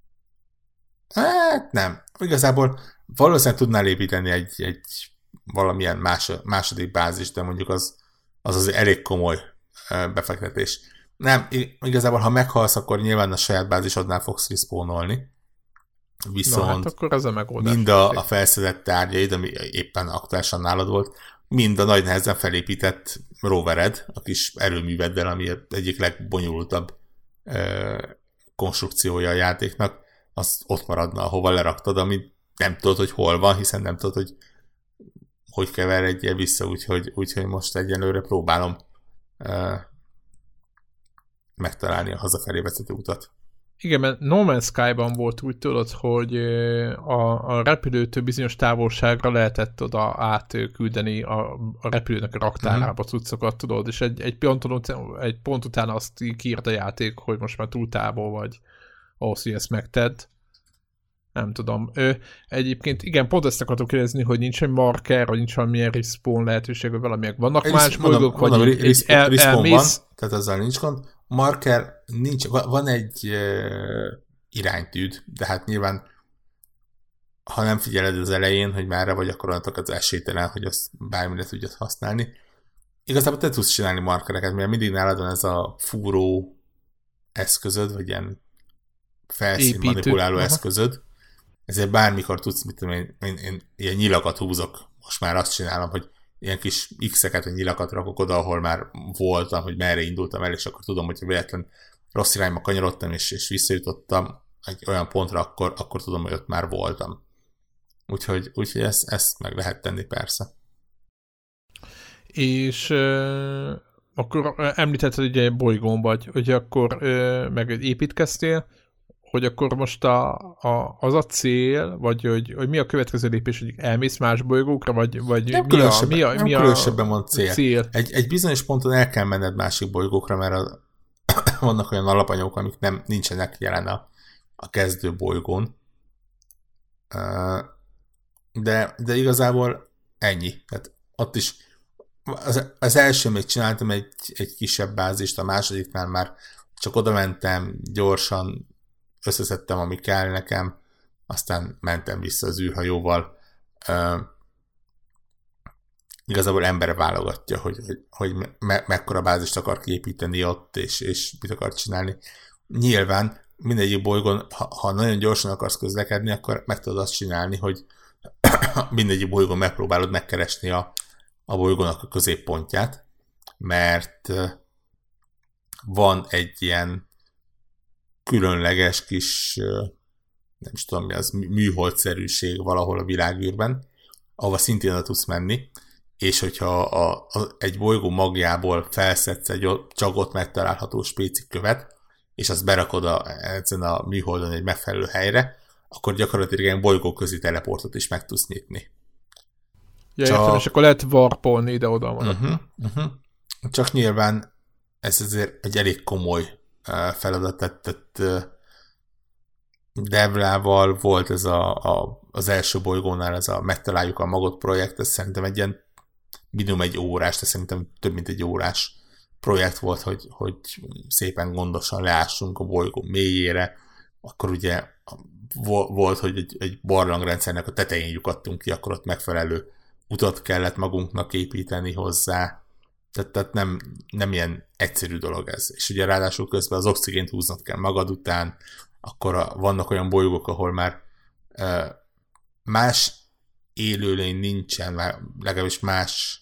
[SPEAKER 2] hát nem. Igazából valószínűleg tudnál építeni egy, egy valamilyen más, második bázist, de mondjuk az az, az elég komoly befektetés. Nem, igazából ha meghalsz, akkor nyilván a saját bázisodnál fogsz respawnolni. Viszont
[SPEAKER 1] Na, hát akkor ez a megoldás.
[SPEAKER 2] mind a, a felszedett tárgyaid, ami éppen aktuálisan nálad volt, mind a nagy nehezen felépített rovered, a kis erőműveddel, ami egyik legbonyolultabb ö, konstrukciója a játéknak, az ott maradna, ahova leraktad, amit nem tudod, hogy hol van, hiszen nem tudod, hogy hogy keveredjél vissza, úgyhogy, úgyhogy most egyenlőre próbálom ö, megtalálni a hazafelé vezető utat.
[SPEAKER 1] Igen, mert No Man's Sky-ban volt úgy tudod, hogy a, a repülőtől bizonyos távolságra lehetett oda átküldeni a, a repülőnek a raktárába cuccokat, tudod, és egy, egy, ponton, egy pont után azt kiírt a játék, hogy most már túl távol vagy ahhoz, hogy ezt megtedd. Nem tudom. Ö, egyébként igen, pont ezt akartok kérdezni, hogy nincs egy marker, vagy nincs valamilyen respawn lehetőség, vagy valamiek. Vannak egy más bolygók, vagy
[SPEAKER 2] mondom,
[SPEAKER 1] egy, egy el, elmész?
[SPEAKER 2] Van, tehát azzal nincs gond. Marker nincs, van egy uh, iránytűd, de hát nyilván ha nem figyeled az elején, hogy merre vagy, akkor onnantól az esélytelen, hogy azt bármire tudjad használni. Igazából te tudsz csinálni markereket, mert mindig nálad van ez a fúró eszközöd, vagy ilyen felszín manipuláló Aha. eszközöd, ezért bármikor tudsz, mit tudom én, én, én ilyen nyilakat húzok. Most már azt csinálom, hogy ilyen kis x-eket, vagy nyilakat rakok oda, ahol már voltam, hogy merre indultam el, és akkor tudom, hogyha véletlen rossz irányba kanyarodtam, és, és visszajutottam egy olyan pontra, akkor, akkor tudom, hogy ott már voltam. Úgyhogy, úgyhogy ezt, ezt meg lehet tenni, persze.
[SPEAKER 1] És euh, akkor említetted, hogy egy bolygón vagy, hogy akkor euh, meg építkeztél, hogy akkor most a, a, az a cél, vagy hogy, hogy mi a következő lépés, hogy elmész más bolygókra, vagy, vagy
[SPEAKER 2] nem
[SPEAKER 1] mi a, mi a,
[SPEAKER 2] nem
[SPEAKER 1] mi a
[SPEAKER 2] különösebben van cél.
[SPEAKER 1] cél.
[SPEAKER 2] Egy, egy bizonyos ponton el kell menned másik bolygókra, mert a, vannak olyan alapanyagok, amik nem, nincsenek jelen a, a kezdő bolygón. De, de igazából ennyi. Tehát ott is az, az első még csináltam egy, egy kisebb bázist, a másodiknál már csak oda mentem, gyorsan összeszedtem, ami kell nekem, aztán mentem vissza az űrhajóval. Uh, igazából embere válogatja, hogy, hogy, hogy me- mekkora bázist akar kiépíteni ott, és, és mit akar csinálni. Nyilván mindegyik bolygón, ha, ha nagyon gyorsan akarsz közlekedni, akkor meg tudod azt csinálni, hogy mindegyik bolygón megpróbálod megkeresni a, a bolygónak a középpontját, mert uh, van egy ilyen különleges kis, nem is tudom mi az, műholdszerűség valahol a világűrben, ahova szintén oda tudsz menni, és hogyha a, a, egy bolygó magjából felszedsz egy csak ott megtalálható spéci követ, és azt berakod a, ezen a műholdon egy megfelelő helyre, akkor gyakorlatilag egy bolygóközi teleportot is meg tudsz nyitni.
[SPEAKER 1] Ja, csak... értem, és akkor lehet warpolni ide-oda.
[SPEAKER 2] Uh-huh, uh-huh. Csak nyilván ez azért egy elég komoly feladatot tett Devlával volt ez a, a, az első bolygónál, ez a megtaláljuk a magot projekt, ez szerintem egy ilyen minimum egy órás, de szerintem több mint egy órás projekt volt, hogy, hogy szépen gondosan leássunk a bolygó mélyére, akkor ugye volt, hogy egy, egy barlangrendszernek a tetején lyukadtunk ki, akkor ott megfelelő utat kellett magunknak építeni hozzá, tehát, tehát nem, nem ilyen egyszerű dolog ez. És ugye ráadásul közben az oxigént húznod kell magad után, akkor a, vannak olyan bolygók, ahol már uh, más élőlény nincsen, már legalábbis más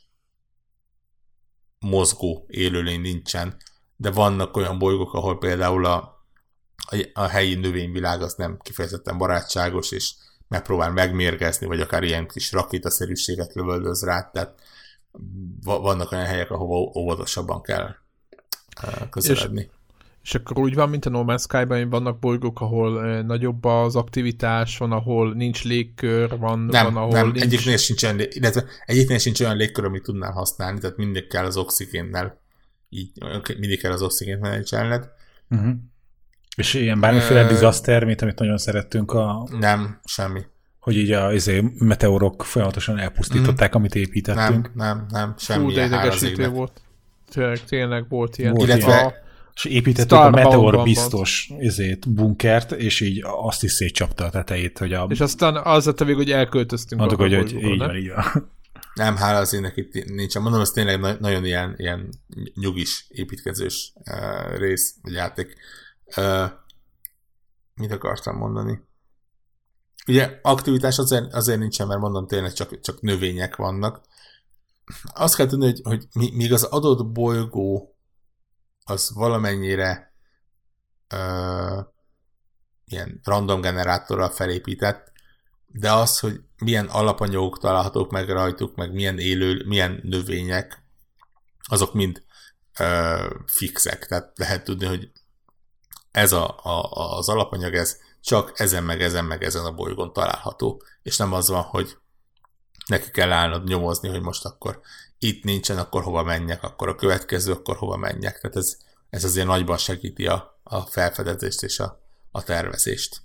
[SPEAKER 2] mozgó élőlény nincsen, de vannak olyan bolygók, ahol például a, a, a helyi növényvilág az nem kifejezetten barátságos, és megpróbál megmérgezni, vagy akár ilyen kis rakétaszerűséget lövöldöz rá, tehát vannak olyan helyek, ahova óvatosabban kell közeledni.
[SPEAKER 1] És, és akkor úgy van, mint a No Man's Sky-ban, hogy vannak bolygók, ahol eh, nagyobb az aktivitás, van, ahol nincs légkör, van,
[SPEAKER 2] nem,
[SPEAKER 1] van ahol
[SPEAKER 2] nem,
[SPEAKER 1] nincs...
[SPEAKER 2] egyiknél sincs olyan, illetve egyiknél sincs olyan légkör, amit tudnál használni, tehát mindig kell az oxigénnel, így mindig kell az oxigént menedzselned.
[SPEAKER 3] Uh-huh. És ilyen bármiféle uh, disaster, mint amit nagyon szerettünk a...
[SPEAKER 2] Nem, semmi.
[SPEAKER 3] Hogy így a izé, meteorok folyamatosan elpusztították, mm. amit építettünk.
[SPEAKER 2] Nem, nem, nem, semmi.
[SPEAKER 1] Fú, de idegesítő volt. Tényleg, tényleg volt ilyen.
[SPEAKER 3] Volt
[SPEAKER 2] illetve...
[SPEAKER 3] a, és építettük a meteor biztos izét, bunkert, és így azt is szétcsapta a tetejét, hogy a...
[SPEAKER 1] És aztán az lett a vég, hogy elköltöztünk.
[SPEAKER 3] Mondtuk, hogy, hogy így van, így van.
[SPEAKER 2] Nem, hála az ének itt nincsen. Mondom, ez tényleg na- nagyon ilyen, ilyen nyugis, építkezős uh, rész, vagy játék. Uh, mit akartam mondani? Ugye aktivitás azért, azért nincsen, mert mondom, tényleg csak, csak növények vannak. Azt kell tudni, hogy, hogy míg az adott bolygó az valamennyire uh, ilyen random generátorral felépített, de az, hogy milyen alapanyagok találhatók meg rajtuk, meg milyen élő, milyen növények, azok mind uh, fixek. Tehát lehet tudni, hogy ez a, a, az alapanyag, ez csak ezen, meg ezen, meg ezen a bolygón található. És nem az van, hogy neki kell állnod nyomozni, hogy most akkor itt nincsen, akkor hova menjek, akkor a következő, akkor hova menjek. Tehát ez, ez azért nagyban segíti a, a felfedezést és a, a tervezést.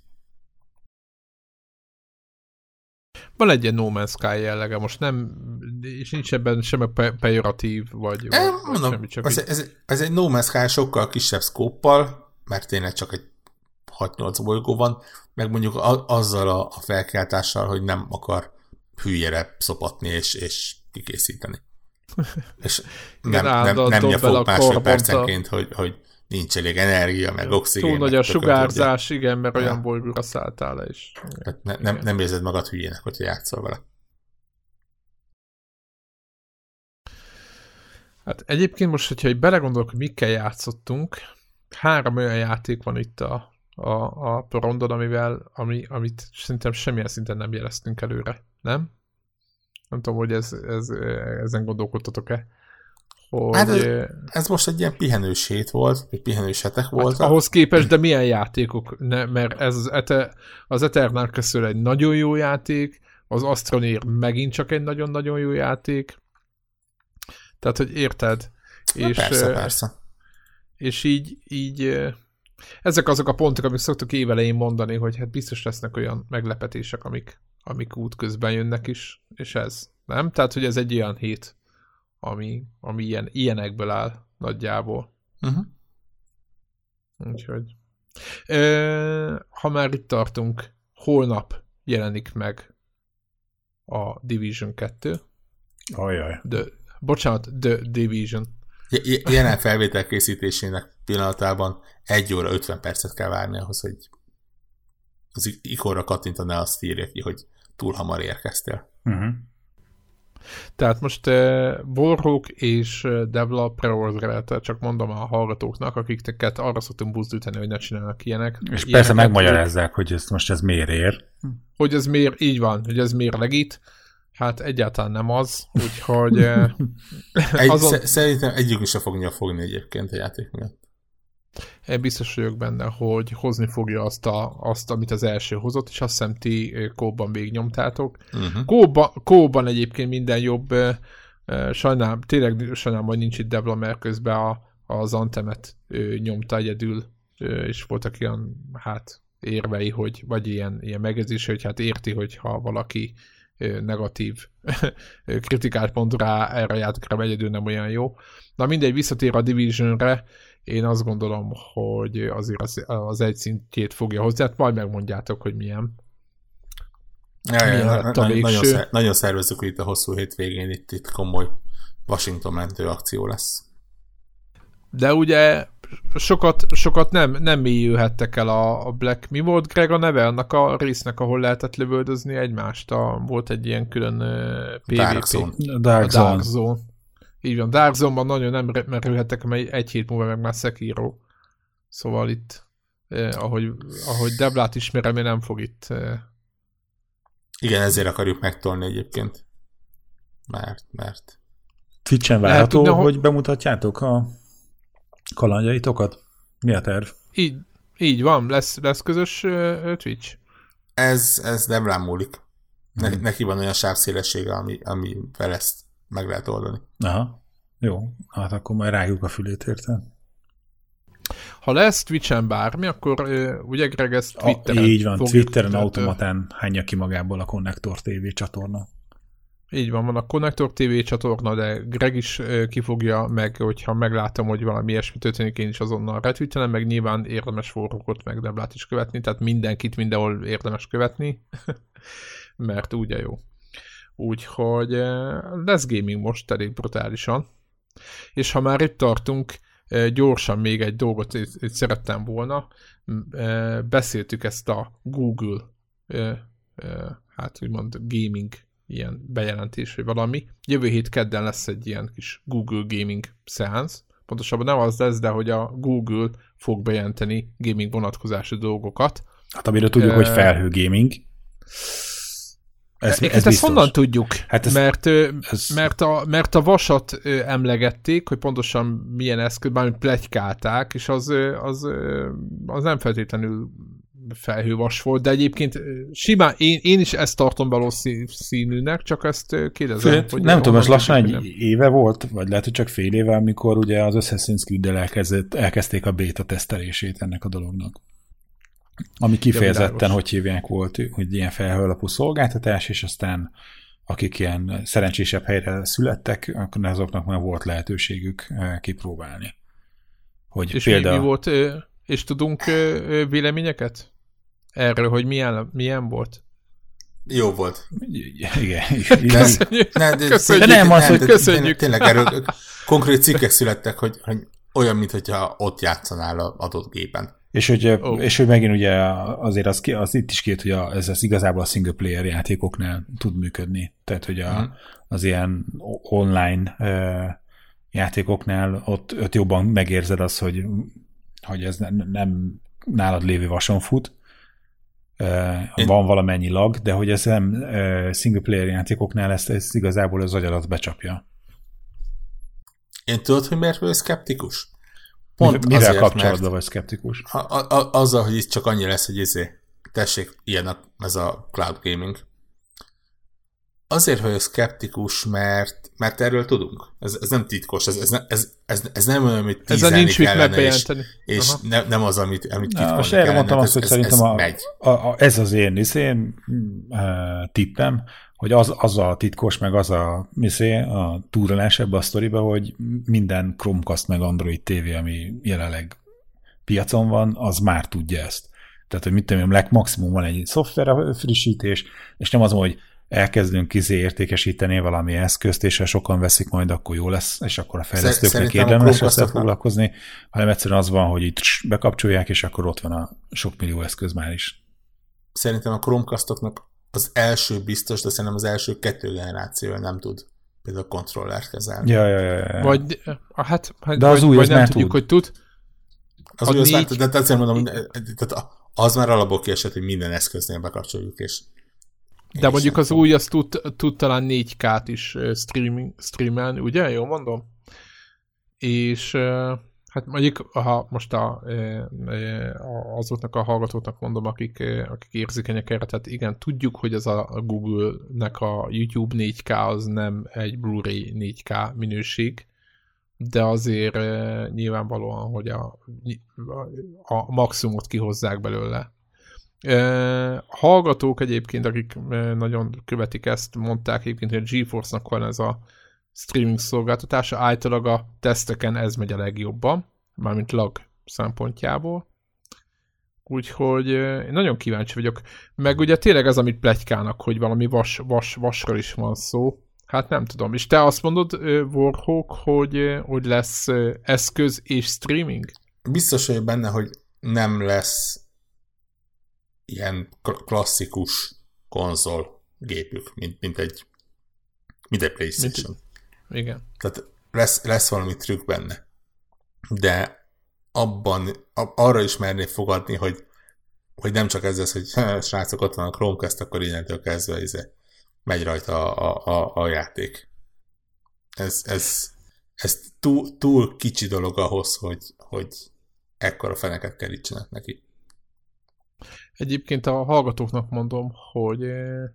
[SPEAKER 1] Van egy ilyen No Man's Sky jellege, most nem, és nincs ebben sem pe- pejoratív, vagy,
[SPEAKER 2] E,
[SPEAKER 1] vagy
[SPEAKER 2] mondom,
[SPEAKER 1] semmi, csak
[SPEAKER 2] ez, ez, ez egy No Man's Sky sokkal kisebb szkóppal, mert tényleg csak egy hat-nyolc bolygó van, meg mondjuk a, azzal a, a felkiáltással, hogy nem akar hülyére szopatni és, és kikészíteni. És nem, nem, nem, nem nyafog másodpercenként, hogy, hogy nincs elég energia, meg oxigén.
[SPEAKER 1] Túl nagy a sugárzás,
[SPEAKER 2] tudja.
[SPEAKER 1] igen, mert
[SPEAKER 2] ja.
[SPEAKER 1] olyan bolygóra szálltál le is.
[SPEAKER 2] Ne, nem, nem érzed magad hülyének, hogyha játszol vele.
[SPEAKER 1] Hát egyébként most, hogyha így belegondolok, hogy mikkel játszottunk, három olyan játék van itt a, a, a porondon, amivel, ami, amit szerintem semmilyen szinten nem jeleztünk előre, nem? Nem tudom, hogy ez, ez, ezen gondolkodtatok-e? Hogy,
[SPEAKER 2] hát ez, ez most egy ilyen pihenős hét volt, egy pihenős hetek voltak.
[SPEAKER 1] Hát ahhoz képest, de milyen játékok? Ne, mert ez az, Ete, az Eternal Köször egy nagyon jó játék, az Astroneer megint csak egy nagyon-nagyon jó játék. Tehát, hogy érted?
[SPEAKER 2] Na,
[SPEAKER 1] és,
[SPEAKER 2] persze, persze.
[SPEAKER 1] És így, így ezek azok a pontok, amik szoktuk évelején mondani, hogy hát biztos lesznek olyan meglepetések, amik, amik útközben jönnek is, és ez, nem? Tehát, hogy ez egy olyan hét, ami, ami ilyen, ilyenekből áll nagyjából.
[SPEAKER 2] Uh-huh.
[SPEAKER 1] Úgyhogy ö, ha már itt tartunk, holnap jelenik meg a Division kettő.
[SPEAKER 3] Ajaj.
[SPEAKER 1] The, bocsánat, The Division.
[SPEAKER 2] J- jelen felvétel készítésének pillanatában egy óra ötven percet kell várni ahhoz, hogy az ikonra kattintani, azt írja ki, hogy túl hamar érkeztél.
[SPEAKER 3] Uh-huh.
[SPEAKER 1] Tehát most uh, Warhawk és uh, Devla preorderelte, csak mondom a hallgatóknak, akiket arra szoktunk buzdítani, hogy ne csinálnak ilyenek.
[SPEAKER 3] És
[SPEAKER 1] ilyenek
[SPEAKER 3] persze megmagyarázzák, hogy ez most ez miért ér.
[SPEAKER 1] Hogy ez miért, így van, hogy ez miért legít. Hát egyáltalán nem az, úgyhogy... Uh,
[SPEAKER 2] Egy,
[SPEAKER 1] azon...
[SPEAKER 2] Szerintem egyikünk sem fogja fogni egyébként a játék miatt.
[SPEAKER 1] Én biztos vagyok benne, hogy hozni fogja azt, a, azt amit az első hozott, és azt hiszem ti kóban végignyomtátok. Uh-huh. Kóban, kóban egyébként minden jobb. Sajnálom, tényleg sajnálom, hogy nincs itt Devla, mert közben a, az Anthemet nyomta egyedül, és voltak ilyen hát érvei, hogy, vagy ilyen, ilyen megjegyzés, hogy hát érti, hogy ha valaki negatív kritikát mond rá erre a játékra, egyedül nem olyan jó. Na mindegy, visszatér a Divisionre, én azt gondolom, hogy azért az, az egy szintjét fogja hozzá, hát majd megmondjátok, hogy milyen.
[SPEAKER 2] Ja, milyen ja, na, nagyon, szer, nagyon szervezzük, hogy itt a hosszú hétvégén itt, itt komoly Washington mentő akció lesz.
[SPEAKER 1] De ugye sokat, sokat nem, nem mélyülhettek el a, a Black... Mi volt, Greg, a neve annak a résznek, ahol lehetett lövöldözni egymást? A, volt egy ilyen külön uh, pé vé pé.
[SPEAKER 2] Dark Zone.
[SPEAKER 3] Dark Zone.
[SPEAKER 1] Dark Zone. Így van, Dark Zone-ban nagyon nem merülhettek, mert egy hét múlva meg már Sekiro. Szóval itt, eh, ahogy, ahogy Deblát ismerem, én nem fog itt... Eh...
[SPEAKER 2] Igen, ezért akarjuk megtolni egyébként. Mert, mert...
[SPEAKER 3] Twitch-en várható, tudni, hogy bemutatjátok a kalandjaitokat? Mi a terv?
[SPEAKER 1] Így, így van, lesz, lesz közös uh, Twitch.
[SPEAKER 2] Ez, ez nem rám múlik. Ne, hmm. Neki van olyan sávszélessége, ami, ami fel ezt meg lehet oldani.
[SPEAKER 3] Aha, jó. Hát akkor majd rágjuk a fülét érte.
[SPEAKER 1] Ha lesz Twitch-en bármi, akkor uh, ugye Greg ezt Twitteren...
[SPEAKER 3] A, így van, Twitteren automatán hányja ki magából a Connector té vé csatorna.
[SPEAKER 1] Így van, van a Connector té vé csatorna, de Greg is uh, kifogja meg, hogyha meglátom, hogy valami ilyesmi történik, én is azonnal retweetelem, meg nyilván érdemes forrókot, meg Deblát is követni, tehát mindenkit mindenhol érdemes követni, mert ugye jó. Úgyhogy lesz gaming most elég brutálisan. És ha már itt tartunk, gyorsan még egy dolgot itt szerettem volna. Beszéltük ezt a Google hát úgymond gaming ilyen bejelentés, vagy valami. Jövő hét kedden lesz egy ilyen kis Google gaming szeánsz. Pontosabban nem az lesz, de hogy a Google fog bejelenteni gaming vonatkozású dolgokat.
[SPEAKER 3] Hát amiről tudjuk, uh, hogy felhő gaming.
[SPEAKER 1] Ez, ez ezt honnan tudjuk? Hát ez, mert, ez... Mert, a, mert a vasat emlegették, hogy pontosan milyen eszköz, bármint pletykálták, és az, az, az nem feltétlenül felhővas volt, de egyébként simán én, én is ezt tartom valószínűnek, csak ezt kérdezem.
[SPEAKER 3] Fél, hogy nem tudom, ez lassan egy nem. éve volt, vagy lehet, hogy csak fél éve, amikor ugye az Assassin's Creed-del elkezdett, elkezdték a beta tesztelését ennek a dolognak. Ami kifejezetten, hogy hívják volt, hogy ilyen felhő alapú szolgáltatás, és aztán akik ilyen szerencsésebb helyre születtek, akkor azoknak már volt lehetőségük kipróbálni. Hogy
[SPEAKER 1] és
[SPEAKER 3] például...
[SPEAKER 1] mi, mi volt, és tudunk véleményeket erről, hogy milyen, milyen volt?
[SPEAKER 2] Jó volt.
[SPEAKER 3] Igen.
[SPEAKER 1] Köszönjük.
[SPEAKER 2] Nem, de,
[SPEAKER 1] köszönjük.
[SPEAKER 3] De nem az,
[SPEAKER 1] hogy köszönjük.
[SPEAKER 2] Tényleg erről konkrét cikkek születtek, hogy, hogy olyan, mintha ott játszanál az adott gépen.
[SPEAKER 3] És hogy, oh. és hogy megint ugye azért az, az itt is két, hogy a, ez az igazából a single player játékoknál tud működni. Tehát, hogy a, mm. az ilyen online uh, játékoknál ott, ott jobban megérzed azt, hogy, hogy ez nem, nem nálad lévő vason fut. Uh, Én... Van valamennyi lag, de hogy ez nem uh, single player játékoknál ezt, ezt igazából az agyadat becsapja.
[SPEAKER 2] Én tudod, hogy miért vagy szkeptikus?
[SPEAKER 3] Pont Mivel azért, kapcsolatban vagy szkeptikus?
[SPEAKER 2] A, a, a, azzal, hogy itt csak annyi lesz, hogy izé, tessék, ilyen a, ez a cloud gaming. Azért vagyok szkeptikus, mert, mert erről tudunk. Ez, ez nem titkos, ez, ez, ez, ez, ez nem olyan, amit tízelni kellene, és, és ne, nem az, amit, amit titkolni
[SPEAKER 3] most erre mondtam azt, hogy
[SPEAKER 2] ez,
[SPEAKER 3] szerintem
[SPEAKER 2] ez,
[SPEAKER 3] a, a, a, ez az én iszén, uh, tippem, hogy az, az a titkos, meg az a, miszé, a túrolás ebbe a sztoriba, hogy minden Chromecast meg Android té vé, ami jelenleg piacon van, az már tudja ezt. Tehát, hogy mit tudom, maximum van egy szoftver frissítés, és nem az, hogy elkezdünk kizé értékesíteni valami eszközt, és ha sokan veszik, majd akkor jó lesz, és akkor a fejlesztőknek érdemes ezzel foglalkozni, hanem egyszerűen az van, hogy itt bekapcsolják, és akkor ott van a sok millió eszköz már is.
[SPEAKER 2] Szerintem a Chromecastoknak az első biztos, de szerintem az első kettő generációja nem tud például kontrollert kezelni.
[SPEAKER 3] Ja, ja, ja, ja.
[SPEAKER 1] Vagy, hát,
[SPEAKER 3] de az
[SPEAKER 1] vagy,
[SPEAKER 3] új,
[SPEAKER 1] vagy
[SPEAKER 3] az
[SPEAKER 1] nem
[SPEAKER 3] már
[SPEAKER 1] tudjuk,
[SPEAKER 3] tud.
[SPEAKER 1] hogy tud.
[SPEAKER 2] Az új, az négy... már tud, de azért mondom, tehát az már alapból kiesett, hogy minden eszköznél bekapcsoljuk, és
[SPEAKER 1] de mondjuk az új, az tud, tud talán négy ká-t is streaming, streamelni, ugye? Jól mondom? És hát mondjuk, ha most a, azoknak a hallgatóknak mondom, akik, akik érzékenyek erre, tehát igen, tudjuk, hogy ez a Google-nek a YouTube négy ká az nem egy Blu-ray négy ká minőség, de azért nyilvánvalóan, hogy a, a maximumot kihozzák belőle. Uh, hallgatók egyébként, akik uh, nagyon követik ezt, mondták egyébként, hogy a GeForce-nak van ez a streaming szolgáltatása, általában a teszteken ez megy a legjobban, mármint lag szempontjából. Úgyhogy uh, én nagyon kíváncsi vagyok. Meg ugye tényleg ez, amit pletykálnak, hogy valami vas, vas, vasról is van szó. Hát nem tudom. És te azt mondod, uh, Warhawk, hogy, uh, hogy lesz uh, eszköz és streaming?
[SPEAKER 2] Biztos vagyok benne, hogy nem lesz ilyen klasszikus konzol gépük, mint, mint egy mint egy PlayStation.
[SPEAKER 1] Mint, igen.
[SPEAKER 2] Tehát lesz, lesz valami trükk benne. De abban, arra is mernék fogadni, hogy, hogy nem csak ez lesz, hogy srácok, ott van a Chromecast, akkor innentől kezdve izé, megy rajta a, a, a, a játék. Ez, ez, ez túl, túl kicsi dolog ahhoz, hogy, hogy ekkora feneket kerítsenek neki.
[SPEAKER 1] Egyébként a hallgatóknak mondom, hogy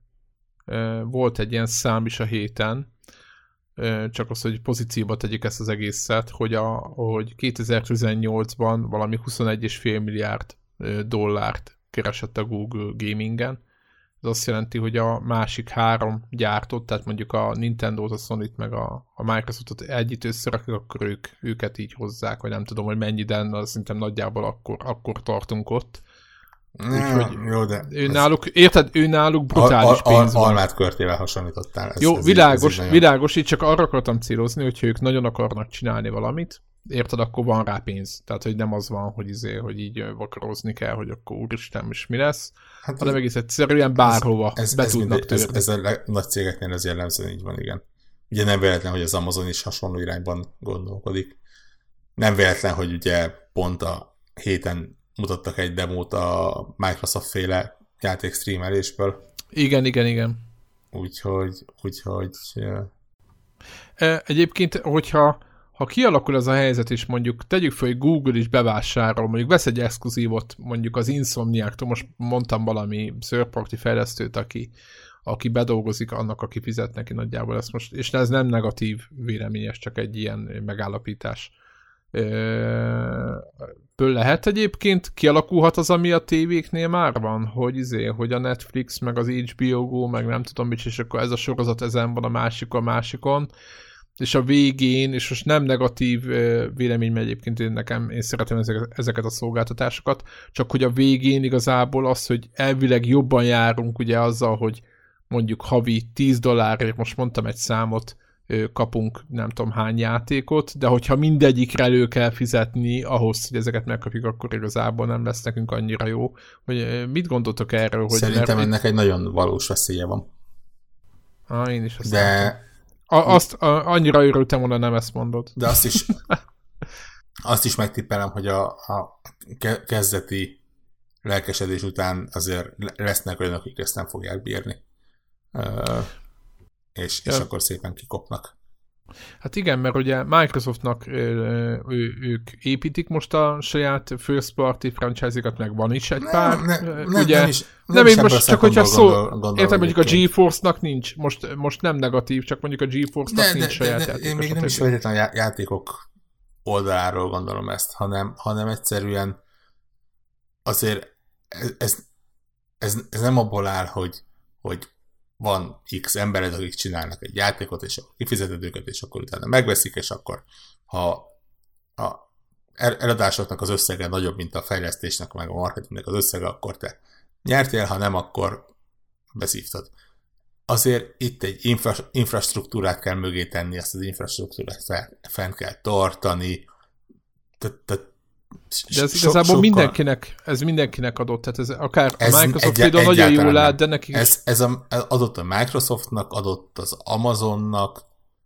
[SPEAKER 1] e, volt egy ilyen szám is a héten, e, csak az, hogy pozícióba tegyük ezt az egészet, hogy, a, hogy kétezer-tizennyolcban valami huszonegy egész öt milliárd dollárt keresett a Google gamingen. Ez azt jelenti, hogy a másik három gyártót, tehát mondjuk a Nintendo-t, a Sony-t, meg a, a Microsoftot együtt összerakjuk, akkor ők, őket így hozzák, vagy nem tudom, hogy mennyi, de szerintem nagyjából akkor, akkor tartunk ott. Úgyhogy
[SPEAKER 2] jó, de
[SPEAKER 1] ő náluk, érted, ő náluk brutális
[SPEAKER 2] al- al-
[SPEAKER 1] pénz van.
[SPEAKER 2] Almát körtével hasonlítottál. Ez,
[SPEAKER 1] Jó,
[SPEAKER 2] ez
[SPEAKER 1] világos,
[SPEAKER 2] így, ez így
[SPEAKER 1] világos, itt csak arra akartam célozni, hogyha ők nagyon akarnak csinálni valamit, érted, akkor van rá pénz. Tehát, hogy nem az van, hogy, izé, hogy így vakarózni kell, hogy akkor úristen, és mi lesz, hát hanem egész egyszerűen bárhova
[SPEAKER 2] ez,
[SPEAKER 1] be
[SPEAKER 2] ez,
[SPEAKER 1] tudnak
[SPEAKER 2] ez,
[SPEAKER 1] törni.
[SPEAKER 2] ez, ez a nagy cégeknél ez jellemzően így van, igen. Ugye nem véletlen, hogy az Amazon is hasonló irányban gondolkodik. Nem véletlen, hogy ugye pont a héten mutattak egy demót a Microsoft-féle játék streamelésből.
[SPEAKER 1] Igen, igen, igen.
[SPEAKER 2] Úgyhogy, úgyhogy...
[SPEAKER 1] Egyébként, hogyha ha kialakul ez a helyzet, és mondjuk tegyük fel, hogy Google is bevásárol, mondjuk vesz egy exkluzívot, mondjuk az Insomniac-tól, most mondtam valami third-party fejlesztőt, aki, aki bedolgozik annak, aki fizet neki nagyjából ezt most, és ez nem negatív véleményes, csak egy ilyen megállapítás. Ből lehet egyébként, kialakulhat az, ami a tévéknél már van, hogy izé, hogy a Netflix, meg az há bé o Go, meg nem tudom mit, és akkor ez a sorozat ezen van a másik a másikon, és a végén, és most nem negatív vélemény, mert egyébként én nekem, én szeretem ezeket a szolgáltatásokat, csak hogy a végén igazából az, hogy elvileg jobban járunk ugye azzal, hogy mondjuk havi tíz dollárért, most mondtam egy számot, kapunk nem tudom hány játékot, de hogyha mindegyikre elő kell fizetni ahhoz, hogy ezeket megkapjuk, akkor igazából nem lesz nekünk annyira jó. Hogy mit gondoltok erről? Hogy
[SPEAKER 2] Szerintem
[SPEAKER 1] mert...
[SPEAKER 2] ennek egy nagyon valós veszélye van.
[SPEAKER 1] Ah, én is azt
[SPEAKER 2] de...
[SPEAKER 1] A, azt a, annyira örültem volna, nem ezt mondod.
[SPEAKER 2] De azt is azt is megtippelem, hogy a, a kezdeti lelkesedés után azért lesznek olyanok, akik ezt nem fogják bírni. Uh, és, ja. és akkor szépen kikopnak.
[SPEAKER 1] Hát igen, mert ugye Microsoftnak ő, ő, ők építik most a saját first party franchise-ikat, meg van is egy nem, pár.
[SPEAKER 2] Ne, ne,
[SPEAKER 1] ugye,
[SPEAKER 2] nem is, nem
[SPEAKER 1] nem
[SPEAKER 2] is
[SPEAKER 1] én most csak hogyha szó, gondol, gondol, értem, mondjuk a GeForce-nak nincs, most, most nem negatív, csak mondjuk a GeForce-nak de, nincs de, saját játék.
[SPEAKER 2] Én még nem is feltétlenül a játékok oldaláról gondolom ezt, hanem, hanem egyszerűen azért ez, ez, ez, ez nem abból áll, hogy, hogy van X embered, akik csinálnak egy játékot, és akkor kifizeted őket, és akkor utána megveszik, és akkor ha a eladásoknak az összege nagyobb, mint a fejlesztésnek, meg a marketingnek az összege, akkor te nyertél, ha nem, akkor beszívtad. Azért itt egy infra- infrastruktúrát kell mögé tenni, azt az infrastruktúrát fel, fent kell tartani. Tehát
[SPEAKER 1] De ez so, igazából sokkal... mindenkinek, ez mindenkinek adott, tehát ez akár ez a Microsoft egy, nagyon jól áll, de nekik
[SPEAKER 2] ez, ez a, adott a Microsoftnak, adott az Amazonnak.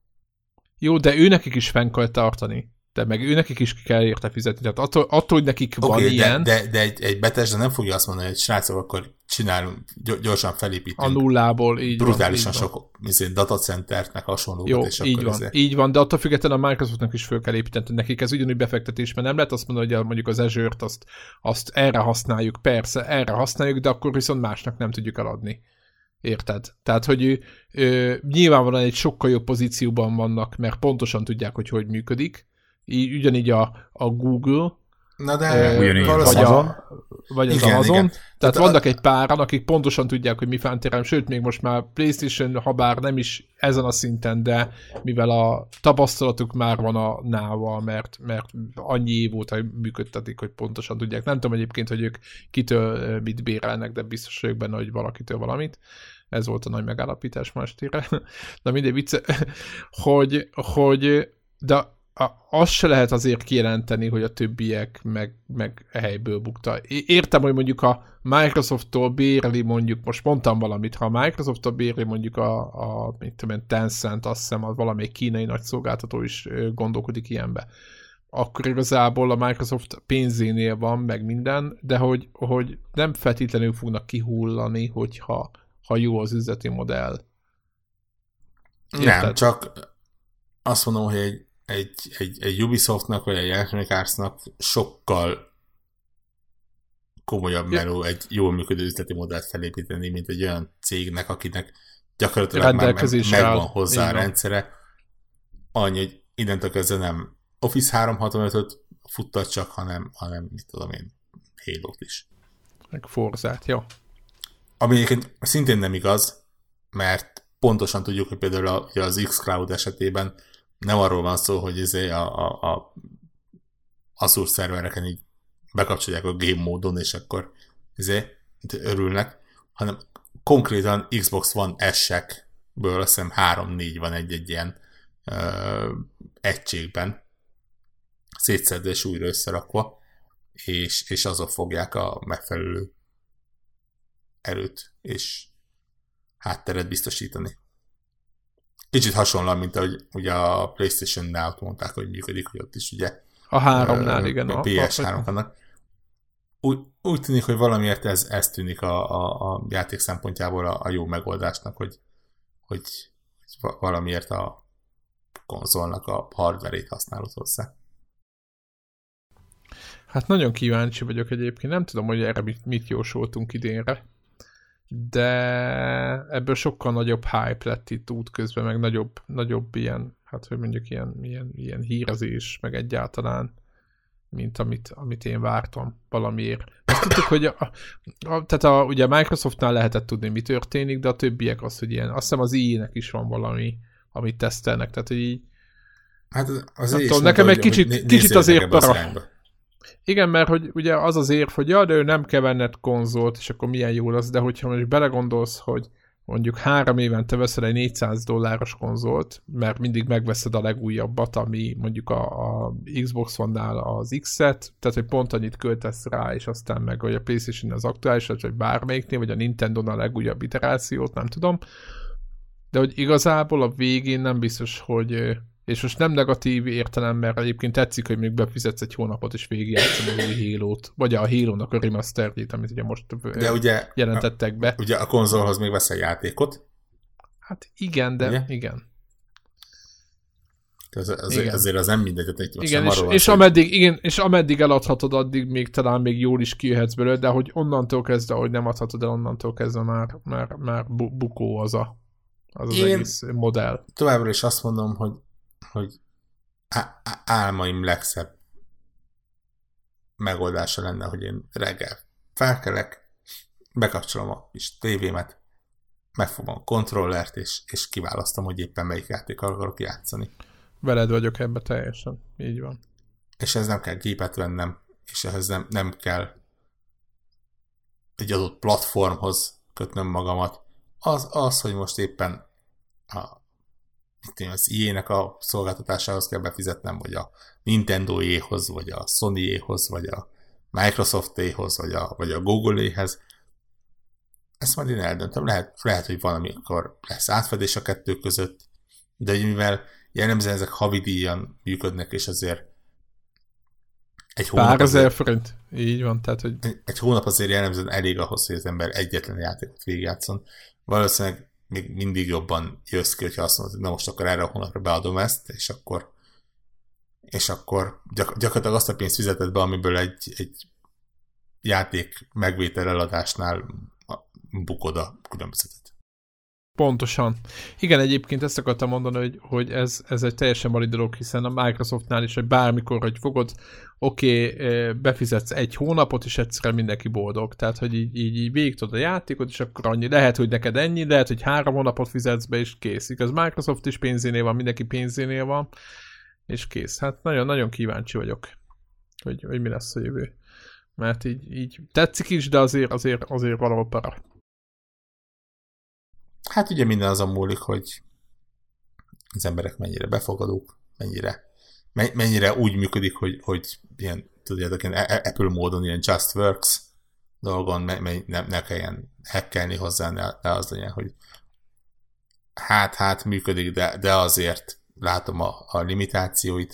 [SPEAKER 1] Jó, de ő nekik is fenn kell tartani. De meg ő nekik is kell érte fizetni. Tehát attól, attól hogy nekik okay, van
[SPEAKER 2] de,
[SPEAKER 1] ilyen...
[SPEAKER 2] De, de egy, egy Bethesda nem fogja azt mondani, hogy srácok, akkor csinálunk, gyorsan felépítünk.
[SPEAKER 1] A nullából, így
[SPEAKER 2] brutálisan
[SPEAKER 1] van.
[SPEAKER 2] sok datacentert, meg hasonlókat.
[SPEAKER 1] Jó,
[SPEAKER 2] és
[SPEAKER 1] így
[SPEAKER 2] akkor
[SPEAKER 1] van,
[SPEAKER 2] ezért...
[SPEAKER 1] így van, de attól függetlenül a Microsoftnak is föl kell építeni. Nekik ez ugyanúgy befektetés, mert nem lehet azt mondani, hogy mondjuk az Azure-t azt, azt erre használjuk, persze, erre használjuk, de akkor viszont másnak nem tudjuk eladni. Érted? Tehát, hogy ő, ő, nyilvánvalóan egy sokkal jobb pozícióban vannak, mert pontosan tudják, hogy hogy működik. Így, ugyanígy a, a Google,
[SPEAKER 2] Na de
[SPEAKER 1] e, vagy, a, vagy az
[SPEAKER 2] igen,
[SPEAKER 1] Amazon.
[SPEAKER 2] Igen.
[SPEAKER 1] Tehát,
[SPEAKER 2] Tehát
[SPEAKER 1] vannak
[SPEAKER 2] a...
[SPEAKER 1] egy páran, akik pontosan tudják, hogy mi fántérem, sőt, még most már PlayStation, ha bár nem is ezen a szinten, de mivel a tapasztalatuk már van a nával, mert, mert annyi év óta működtetik, hogy pontosan tudják. Nem tudom egyébként, hogy ők kitől mit bérelnek, de biztos vagyok benne, hogy valakitől valamit. Ez volt a nagy megállapítás ma estére. Na mindegy vicce, hogy, hogy de azt se lehet azért kijelenteni, hogy a többiek meg, meg helyből bukta. Értem, hogy mondjuk a Microsofttól bérli mondjuk, most mondtam valamit, ha a Microsofttól bérli mondjuk a, a mit tudom én, Tencent, azt hiszem, az valamelyik kínai nagy szolgáltató is gondolkodik ilyenbe. Akkor igazából a Microsoft pénzénél van, meg minden, de hogy, hogy nem feltétlenül fognak kihullani, hogyha ha jó az üzleti modell.
[SPEAKER 2] Érted? Nem, csak azt mondom, hogy egy Egy, egy, egy Ubisoftnak, vagy egy Electronic Artsnak sokkal komolyabb meló egy jól működő üzleti modellt felépíteni, mint egy olyan cégnek, akinek gyakorlatilag már meg, megvan hozzá a rendszere. Annyi, hogy innentől kezdve nem Office háromszázhatvanötöt futtat csak, hanem, hanem mit tudom én, Halo-t is.
[SPEAKER 1] Meg Forzát, jó.
[SPEAKER 2] Ami egyébként szintén nem igaz, mert pontosan tudjuk, hogy például az xCloud esetében nem arról van szó, hogy izé a, a, a Azure szervereken így bekapcsolják a game módon, és akkor ezért örülnek, hanem konkrétan Xbox One S-ekből azt hiszem három-négy van egy-egy ilyen ö, egységben, szétszedve és újra összerakva, és, és azok fogják a megfelelő erőt és hátteret biztosítani. Kicsit hasonlóan, mint ahogy ugye a PlayStation-nál mondták, hogy működik, hogy ott is ugye
[SPEAKER 1] a háromnál, igen.
[SPEAKER 2] A pé es három vannak. Úgy, úgy tűnik, hogy valamiért ez, ez tűnik a, a, a játék szempontjából a, a jó megoldásnak, hogy, hogy valamiért a konzolnak a hardverét használod hozzá.
[SPEAKER 1] Hát nagyon kíváncsi vagyok egyébként, nem tudom, hogy erre mit, mit jósoltunk idénre, de ebből sokkal nagyobb hype lett itt útközben, meg nagyobb, nagyobb ilyen, hát hogy mondjuk ilyen, ilyen, ilyen hírezés, meg egyáltalán, mint amit, amit én vártam valamiért. Azt tudtuk, hogy a, a, tehát a, ugye a Microsoftnál lehetett tudni, mi történik, de a többiek az, hogy ilyen, azt hiszem az í á-nek is van valami, amit tesztelnek, tehát hogy így
[SPEAKER 2] hát az
[SPEAKER 1] tudom, nekem egy kicsit, né- kicsit azért para. Igen, mert hogy ugye az az érv, hogy ja, de ő nem kell venned konzolt, és akkor milyen jó lesz, de hogyha most belegondolsz, hogy mondjuk három évente veszel egy négyszáz dolláros konzolt, mert mindig megveszed a legújabbat, ami mondjuk a, a Xbox One-nál az X-et, tehát hogy pont annyit költesz rá, és aztán meg hogy a PlayStation az aktuális, vagy bármelyiknél, vagy a Nintendo-nál a legújabb iterációt, nem tudom. De hogy igazából a végén nem biztos, hogy és most nem negatív értelem, mert egyébként tetszik, hogy még befizetsz egy hónapot, és végigjátszom az új Halo-t, vagy a Halo-nak a remasterjét, amit ugye most
[SPEAKER 2] de ugye,
[SPEAKER 1] jelentettek be.
[SPEAKER 2] Ugye a konzolhoz még veszel játékot?
[SPEAKER 1] Hát igen, de ugye? igen.
[SPEAKER 2] Az, az, igen. Azért az nem mindegy, hogy most
[SPEAKER 1] igen, és, és,
[SPEAKER 2] hogy...
[SPEAKER 1] ameddig, igen, és ameddig eladhatod, addig még talán még jól is kijöhetsz belőle, de hogy onnantól kezdve, hogy nem adhatod el, onnantól kezdve már, már, már bukó az a, az, az egész modell.
[SPEAKER 2] Továbbra is azt mondom, hogy hogy á- á- álmaim legszebb megoldása lenne, hogy én reggel felkelek, bekapcsolom a kis tévémet, megfogom a kontrollert, és, és kiválasztom, hogy éppen melyik játékkal akarok játszani.
[SPEAKER 1] Veled vagyok ebbe teljesen, így van.
[SPEAKER 2] És ez nem kell gépet vennem, és ehhez nem, nem kell egy adott platformhoz kötnöm magamat. Az, az hogy most éppen a az í á-nek a szolgáltatásához kell befizetnem, vagy a Nintendo-éhoz, vagy a Sony-éhoz, vagy a Microsoft-éhoz, vagy a, vagy a Google-éhez. Ezt majd én eldöntöm. Lehet, lehet, hogy valamikor lesz átfedés a kettő között, de mivel jellemzően ezek havidíjan működnek, és azért egy hónap
[SPEAKER 1] Pár ezer
[SPEAKER 2] azért,
[SPEAKER 1] forint. Így van, tehát, hogy...
[SPEAKER 2] Egy, egy hónap azért jellemzően elég ahhoz, hogy az ember egyetlen játékot végigjátszon. Valószínűleg még mindig jobban jössz ki, hogyha azt mondod, hogy na most akkor erre a hónapra beadom ezt, és akkor és akkor gyak, gyakorlatilag azt a pénzt fizeted be, amiből egy, egy játék megvétel eladásnál bukod a különbözetet.
[SPEAKER 1] Pontosan. Igen, egyébként ezt akartam mondani, hogy, hogy ez, ez egy teljesen valid dolog, hiszen a Microsoftnál is, hogy bármikor, hogy fogod, oké, okay, befizetsz egy hónapot, és egyszerűen mindenki boldog. Tehát, hogy így, így, így végig tudod a játékot, és akkor annyi. Lehet, hogy neked ennyi, lehet, hogy három hónapot fizetsz be, és kész. Az Microsoft is pénzénél van, mindenki pénzénél van, és kész. Hát nagyon-nagyon kíváncsi vagyok, hogy, hogy mi lesz a jövő. Mert így, így tetszik is, de azért, azért, azért valahol para.
[SPEAKER 2] Hát ugye minden azon múlik, hogy az emberek mennyire befogadók, mennyire, mennyire úgy működik, hogy, hogy ilyen, tudjátok, ilyen Apple módon ilyen just works dolgon ne, ne kelljen hackelni hozzá, ne, ne az legyen, hogy hát, hát működik, de, de azért látom a, a limitációit.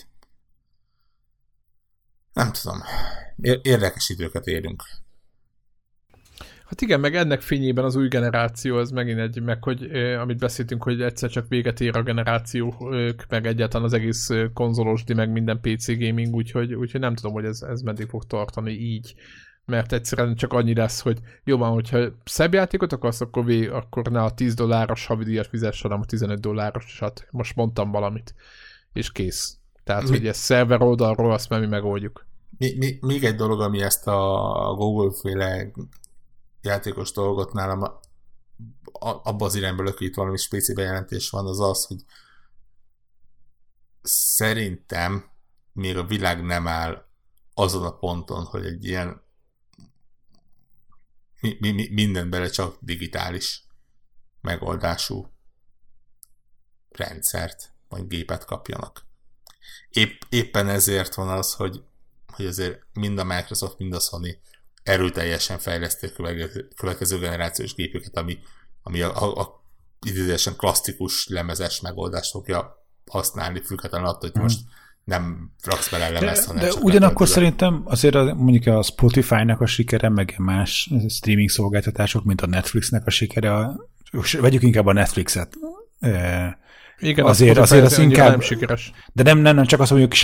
[SPEAKER 2] Nem tudom. Érdekes időket élünk.
[SPEAKER 1] Hát igen, meg ennek fényében az új generáció, ez megint egy, meg hogy eh, amit beszéltünk, hogy egyszer csak véget ér a generáció, eh, meg egyáltalán az egész eh, konzolosdi, meg minden pé cé gaming, úgyhogy, úgyhogy nem tudom, hogy ez, ez meddig fog tartani így. Mert egyszerűen csak annyi lesz, hogy jó van, hogyha szebb játékot akarsz, akkor, vég, akkor ne a tíz dolláros havidíjat fizess, hanem a tizenöt dolláros, és hát most mondtam valamit. És kész. Tehát, mi? Hogy ezt szerver oldalról azt már mi megoldjuk.
[SPEAKER 2] Mi, mi, még egy dolog, ami ezt a Google-féle játékos dolgot nálam abban az irányba lök, itt valami spéci bejelentés van, az az, hogy szerintem még a világ nem áll azon a ponton, hogy egy ilyen mi, mi, minden bele csak digitális megoldású rendszert, vagy gépet kapjanak. Épp, éppen ezért van az, hogy, hogy azért mind a Microsoft, mind a Sony erőteljesen fejleszti a következő generációs gépüket, ami, ami a, a, a idézősen klasszikus lemezes megoldást fogja használni, függetlenül attól, hogy hmm. most nem raksz bele lemez, hanem
[SPEAKER 3] de,
[SPEAKER 2] csak
[SPEAKER 3] de ugyanakkor szerintem azért a, mondjuk a Spotify-nak a sikere, meg más streaming szolgáltatások, mint a Netflixnek a sikere, a, vegyük inkább a Netflixet. E,
[SPEAKER 1] Igen,
[SPEAKER 3] azért,
[SPEAKER 1] az
[SPEAKER 3] azért az inkább
[SPEAKER 1] nem sikeres.
[SPEAKER 3] De nem, nem, nem csak azt mondjuk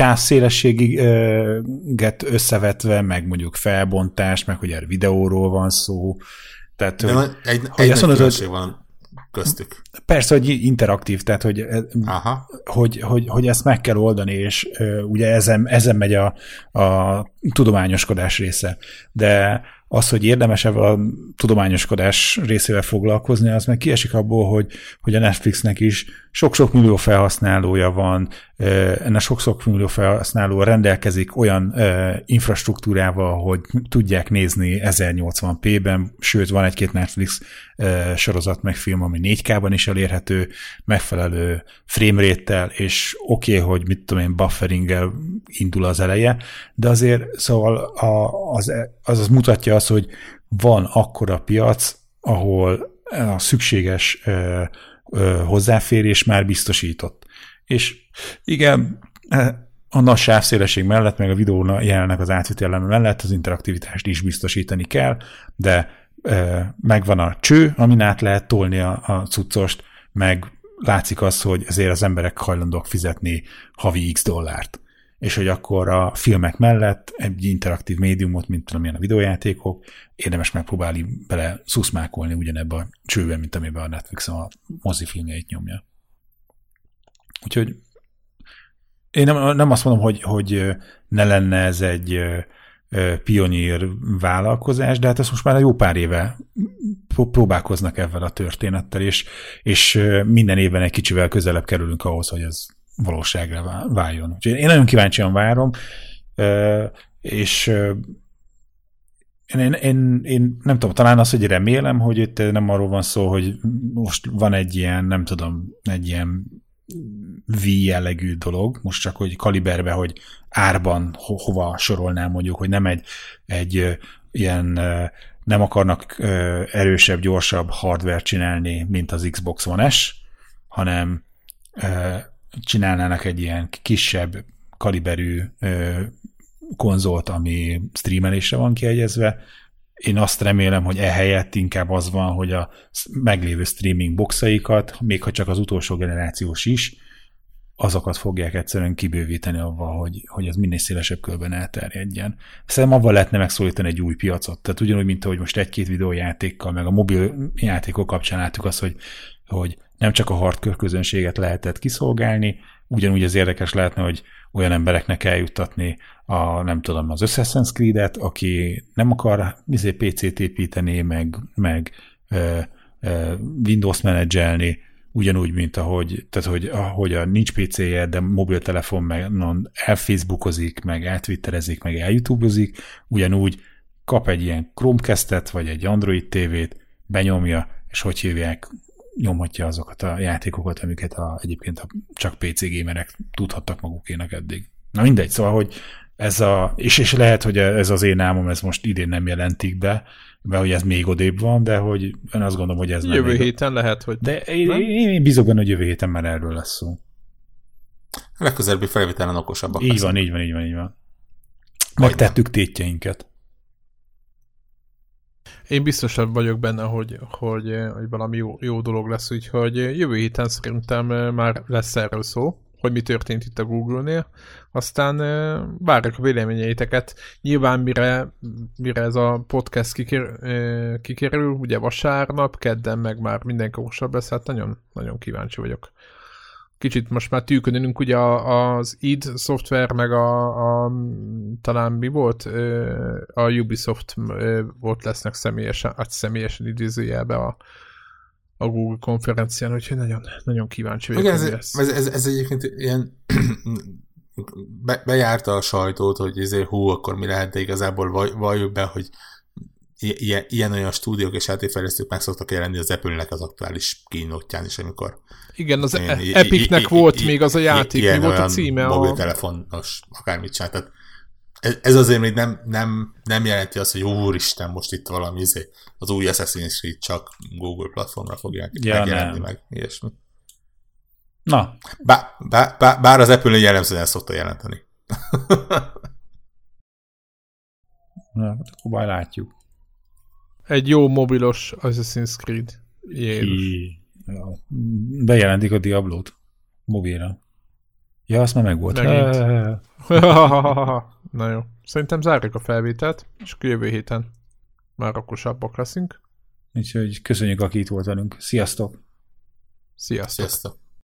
[SPEAKER 3] sávszélességet összevetve, meg mondjuk felbontás, meg hogy erre videóról van szó. Tehát,
[SPEAKER 2] de
[SPEAKER 3] hogy,
[SPEAKER 2] egy,
[SPEAKER 3] hogy
[SPEAKER 2] egy
[SPEAKER 3] mondod,
[SPEAKER 2] hogy van köztük.
[SPEAKER 3] Persze, hogy interaktív, tehát hogy, hogy, hogy, hogy ezt meg kell oldani, és uh, ugye ezen, ezen megy a, a tudományoskodás része. De az, hogy érdemes ebben a tudományoskodás részével foglalkozni, az meg kiesik abból, hogy, hogy a Netflixnek is sok-sok millió felhasználója van, ennek sok-sok millió felhasználó rendelkezik olyan infrastruktúrával, hogy tudják nézni ezernyolcvan pé-ben, sőt, van egy-két Netflix sorozat meg film, ami négy ká-ban is elérhető, megfelelő framerate-tel, és oké, okay, hogy mit tudom én, bufferinggel indul az eleje, de azért szóval a, az, az, az mutatja azt, hogy van akkora piac, ahol a szükséges ö, ö, hozzáférés már biztosított. És igen, a nagy sávszélesség mellett, meg a videó jelenleg az átvitele mellett az interaktivitást is biztosítani kell, de ö, megvan a cső, amin át lehet tolni a, a cuccost, meg látszik az, hogy azért az emberek hajlandók fizetni havi x dollárt. És hogy akkor a filmek mellett egy interaktív médiumot, mint tudom ilyen a videójátékok, érdemes megpróbálni bele szuszmákolni ugyanebben a csőben, mint amiben a Netflix a mozifilmjeit nyomja. Úgyhogy én nem, nem azt mondom, hogy, hogy ne lenne ez egy pionír vállalkozás, de hát ezt most már jó pár éve próbálkoznak ezzel a történettel, és, és minden évben egy kicsivel közelebb kerülünk ahhoz, hogy ez valóságra váljon. Úgyhogy én nagyon kíváncsian várom, és én, én, én nem tudom, talán az, hogy remélem, hogy itt nem arról van szó, hogy most van egy ilyen, nem tudom, egy ilyen V jellegű dolog, most csak hogy kaliberbe, hogy árban ho- hova sorolnám mondjuk, hogy nem egy, egy ilyen nem akarnak erősebb, gyorsabb hardware csinálni, mint az Xbox One S, hanem csinálnának egy ilyen kisebb kaliberű konzolt, ami streamelésre van kiegyezve. Én azt remélem, hogy ehelyett inkább az van, hogy a meglévő streaming boxaikat, még ha csak az utolsó generációs is, azokat fogják egyszerűen kibővíteni avval, hogy, hogy ez minél szélesebb körben elterjedjen. Szerintem avval lehetne megszólítani egy új piacot. Tehát ugyanúgy, mint ahogy most egy-két videójátékkal, meg a mobil játékok kapcsán láttuk azt, hogy, hogy nem csak a hardcore közönséget lehetett kiszolgálni, ugyanúgy az érdekes lehetne, hogy olyan embereknek eljuttatni a, nem tudom, az Assassin's Creed-et, aki nem akar pé cét építeni, meg, meg ö, ö, Windows menedzselni, ugyanúgy, mint ahogy, tehát, hogy, ahogy a nincs pé céje, de mobiltelefon meg elfacebookozik, meg eltwitterezik, meg elyoutube-ozik, ugyanúgy kap egy ilyen Chromecast-et, vagy egy Android tévét, benyomja, és hogy hívják, nyomhatja azokat a játékokat, amiket a, egyébként a csak pé cé gamerek tudhattak magukénak eddig. Na mindegy, szóval, hogy ez a, és, és lehet, hogy ez az én álmom, ez most idén nem jelentik be, mert hogy ez még odébb van, de hogy én azt gondolom, hogy ez nem.
[SPEAKER 1] Jövő héten lehet, hogy...
[SPEAKER 3] De én, én, én bízok benne, hogy jövő héten már erről lesz szó.
[SPEAKER 2] A legközelebbi felvételen okosabbak.
[SPEAKER 3] Így van, így van, így van, így van. Megtettük tétjeinket.
[SPEAKER 1] Én biztosabb vagyok benne, hogy, hogy, hogy valami jó, jó dolog lesz, úgyhogy jövő héten szerintem már lesz erről szó, hogy mi történt itt a Google-nél. Aztán várjuk a véleményeiteket. Nyilván mire, mire ez a podcast kiker, kikerül, ugye vasárnap, kedden meg már mindenki okosabb lesz, hát nagyon, nagyon kíváncsi vagyok. Kicsit most már tűkönünk, ugye az id szoftver, meg a, a talán mi volt? A Ubisoft volt lesznek személyesen, hát személyesen idézőjelbe a, a Google konferencián, úgyhogy nagyon, nagyon kíváncsi vagyok,
[SPEAKER 2] igen,
[SPEAKER 1] hogy
[SPEAKER 2] ez,
[SPEAKER 1] lesz.
[SPEAKER 2] Ez, ez, ez egyébként ilyen be, bejárta a sajtót, hogy ezért hú, akkor mi lehet, de igazából vaj, valljuk be, hogy ilyen, ilyen olyan stúdiók és játékfejlesztők meg szoktak jelenni az Apple-nek az aktuális kínótján is, amikor
[SPEAKER 1] igen, az ilyen, Epicnek volt i, még az a játék,
[SPEAKER 2] i,
[SPEAKER 1] mi volt a címe?
[SPEAKER 2] Mobiltelefonos, akármit csinál. Tehát ez azért még nem, nem, nem jelenti azt, hogy úristen, most itt valami izé, az új Assassin's Creed csak Google platformra fogják ja, megjelenni nem. meg, ilyesmi.
[SPEAKER 3] Na.
[SPEAKER 2] Bár, bár, bár, bár az Apple jellemzően el szokta jelenteni.
[SPEAKER 3] Na, akkor majd látjuk.
[SPEAKER 1] Egy jó mobilos Assassin's Creed. Jézus.
[SPEAKER 3] Bejelentik a Diablót mobilra. Ja, azt már megvolt.
[SPEAKER 1] Na jó. Szerintem zárjuk a felvételt, és akkor jövő héten már okosabbak leszünk.
[SPEAKER 3] Úgyhogy köszönjük, aki itt volt velünk. Sziasztok!
[SPEAKER 1] Sziasztok!
[SPEAKER 2] Sziasztok.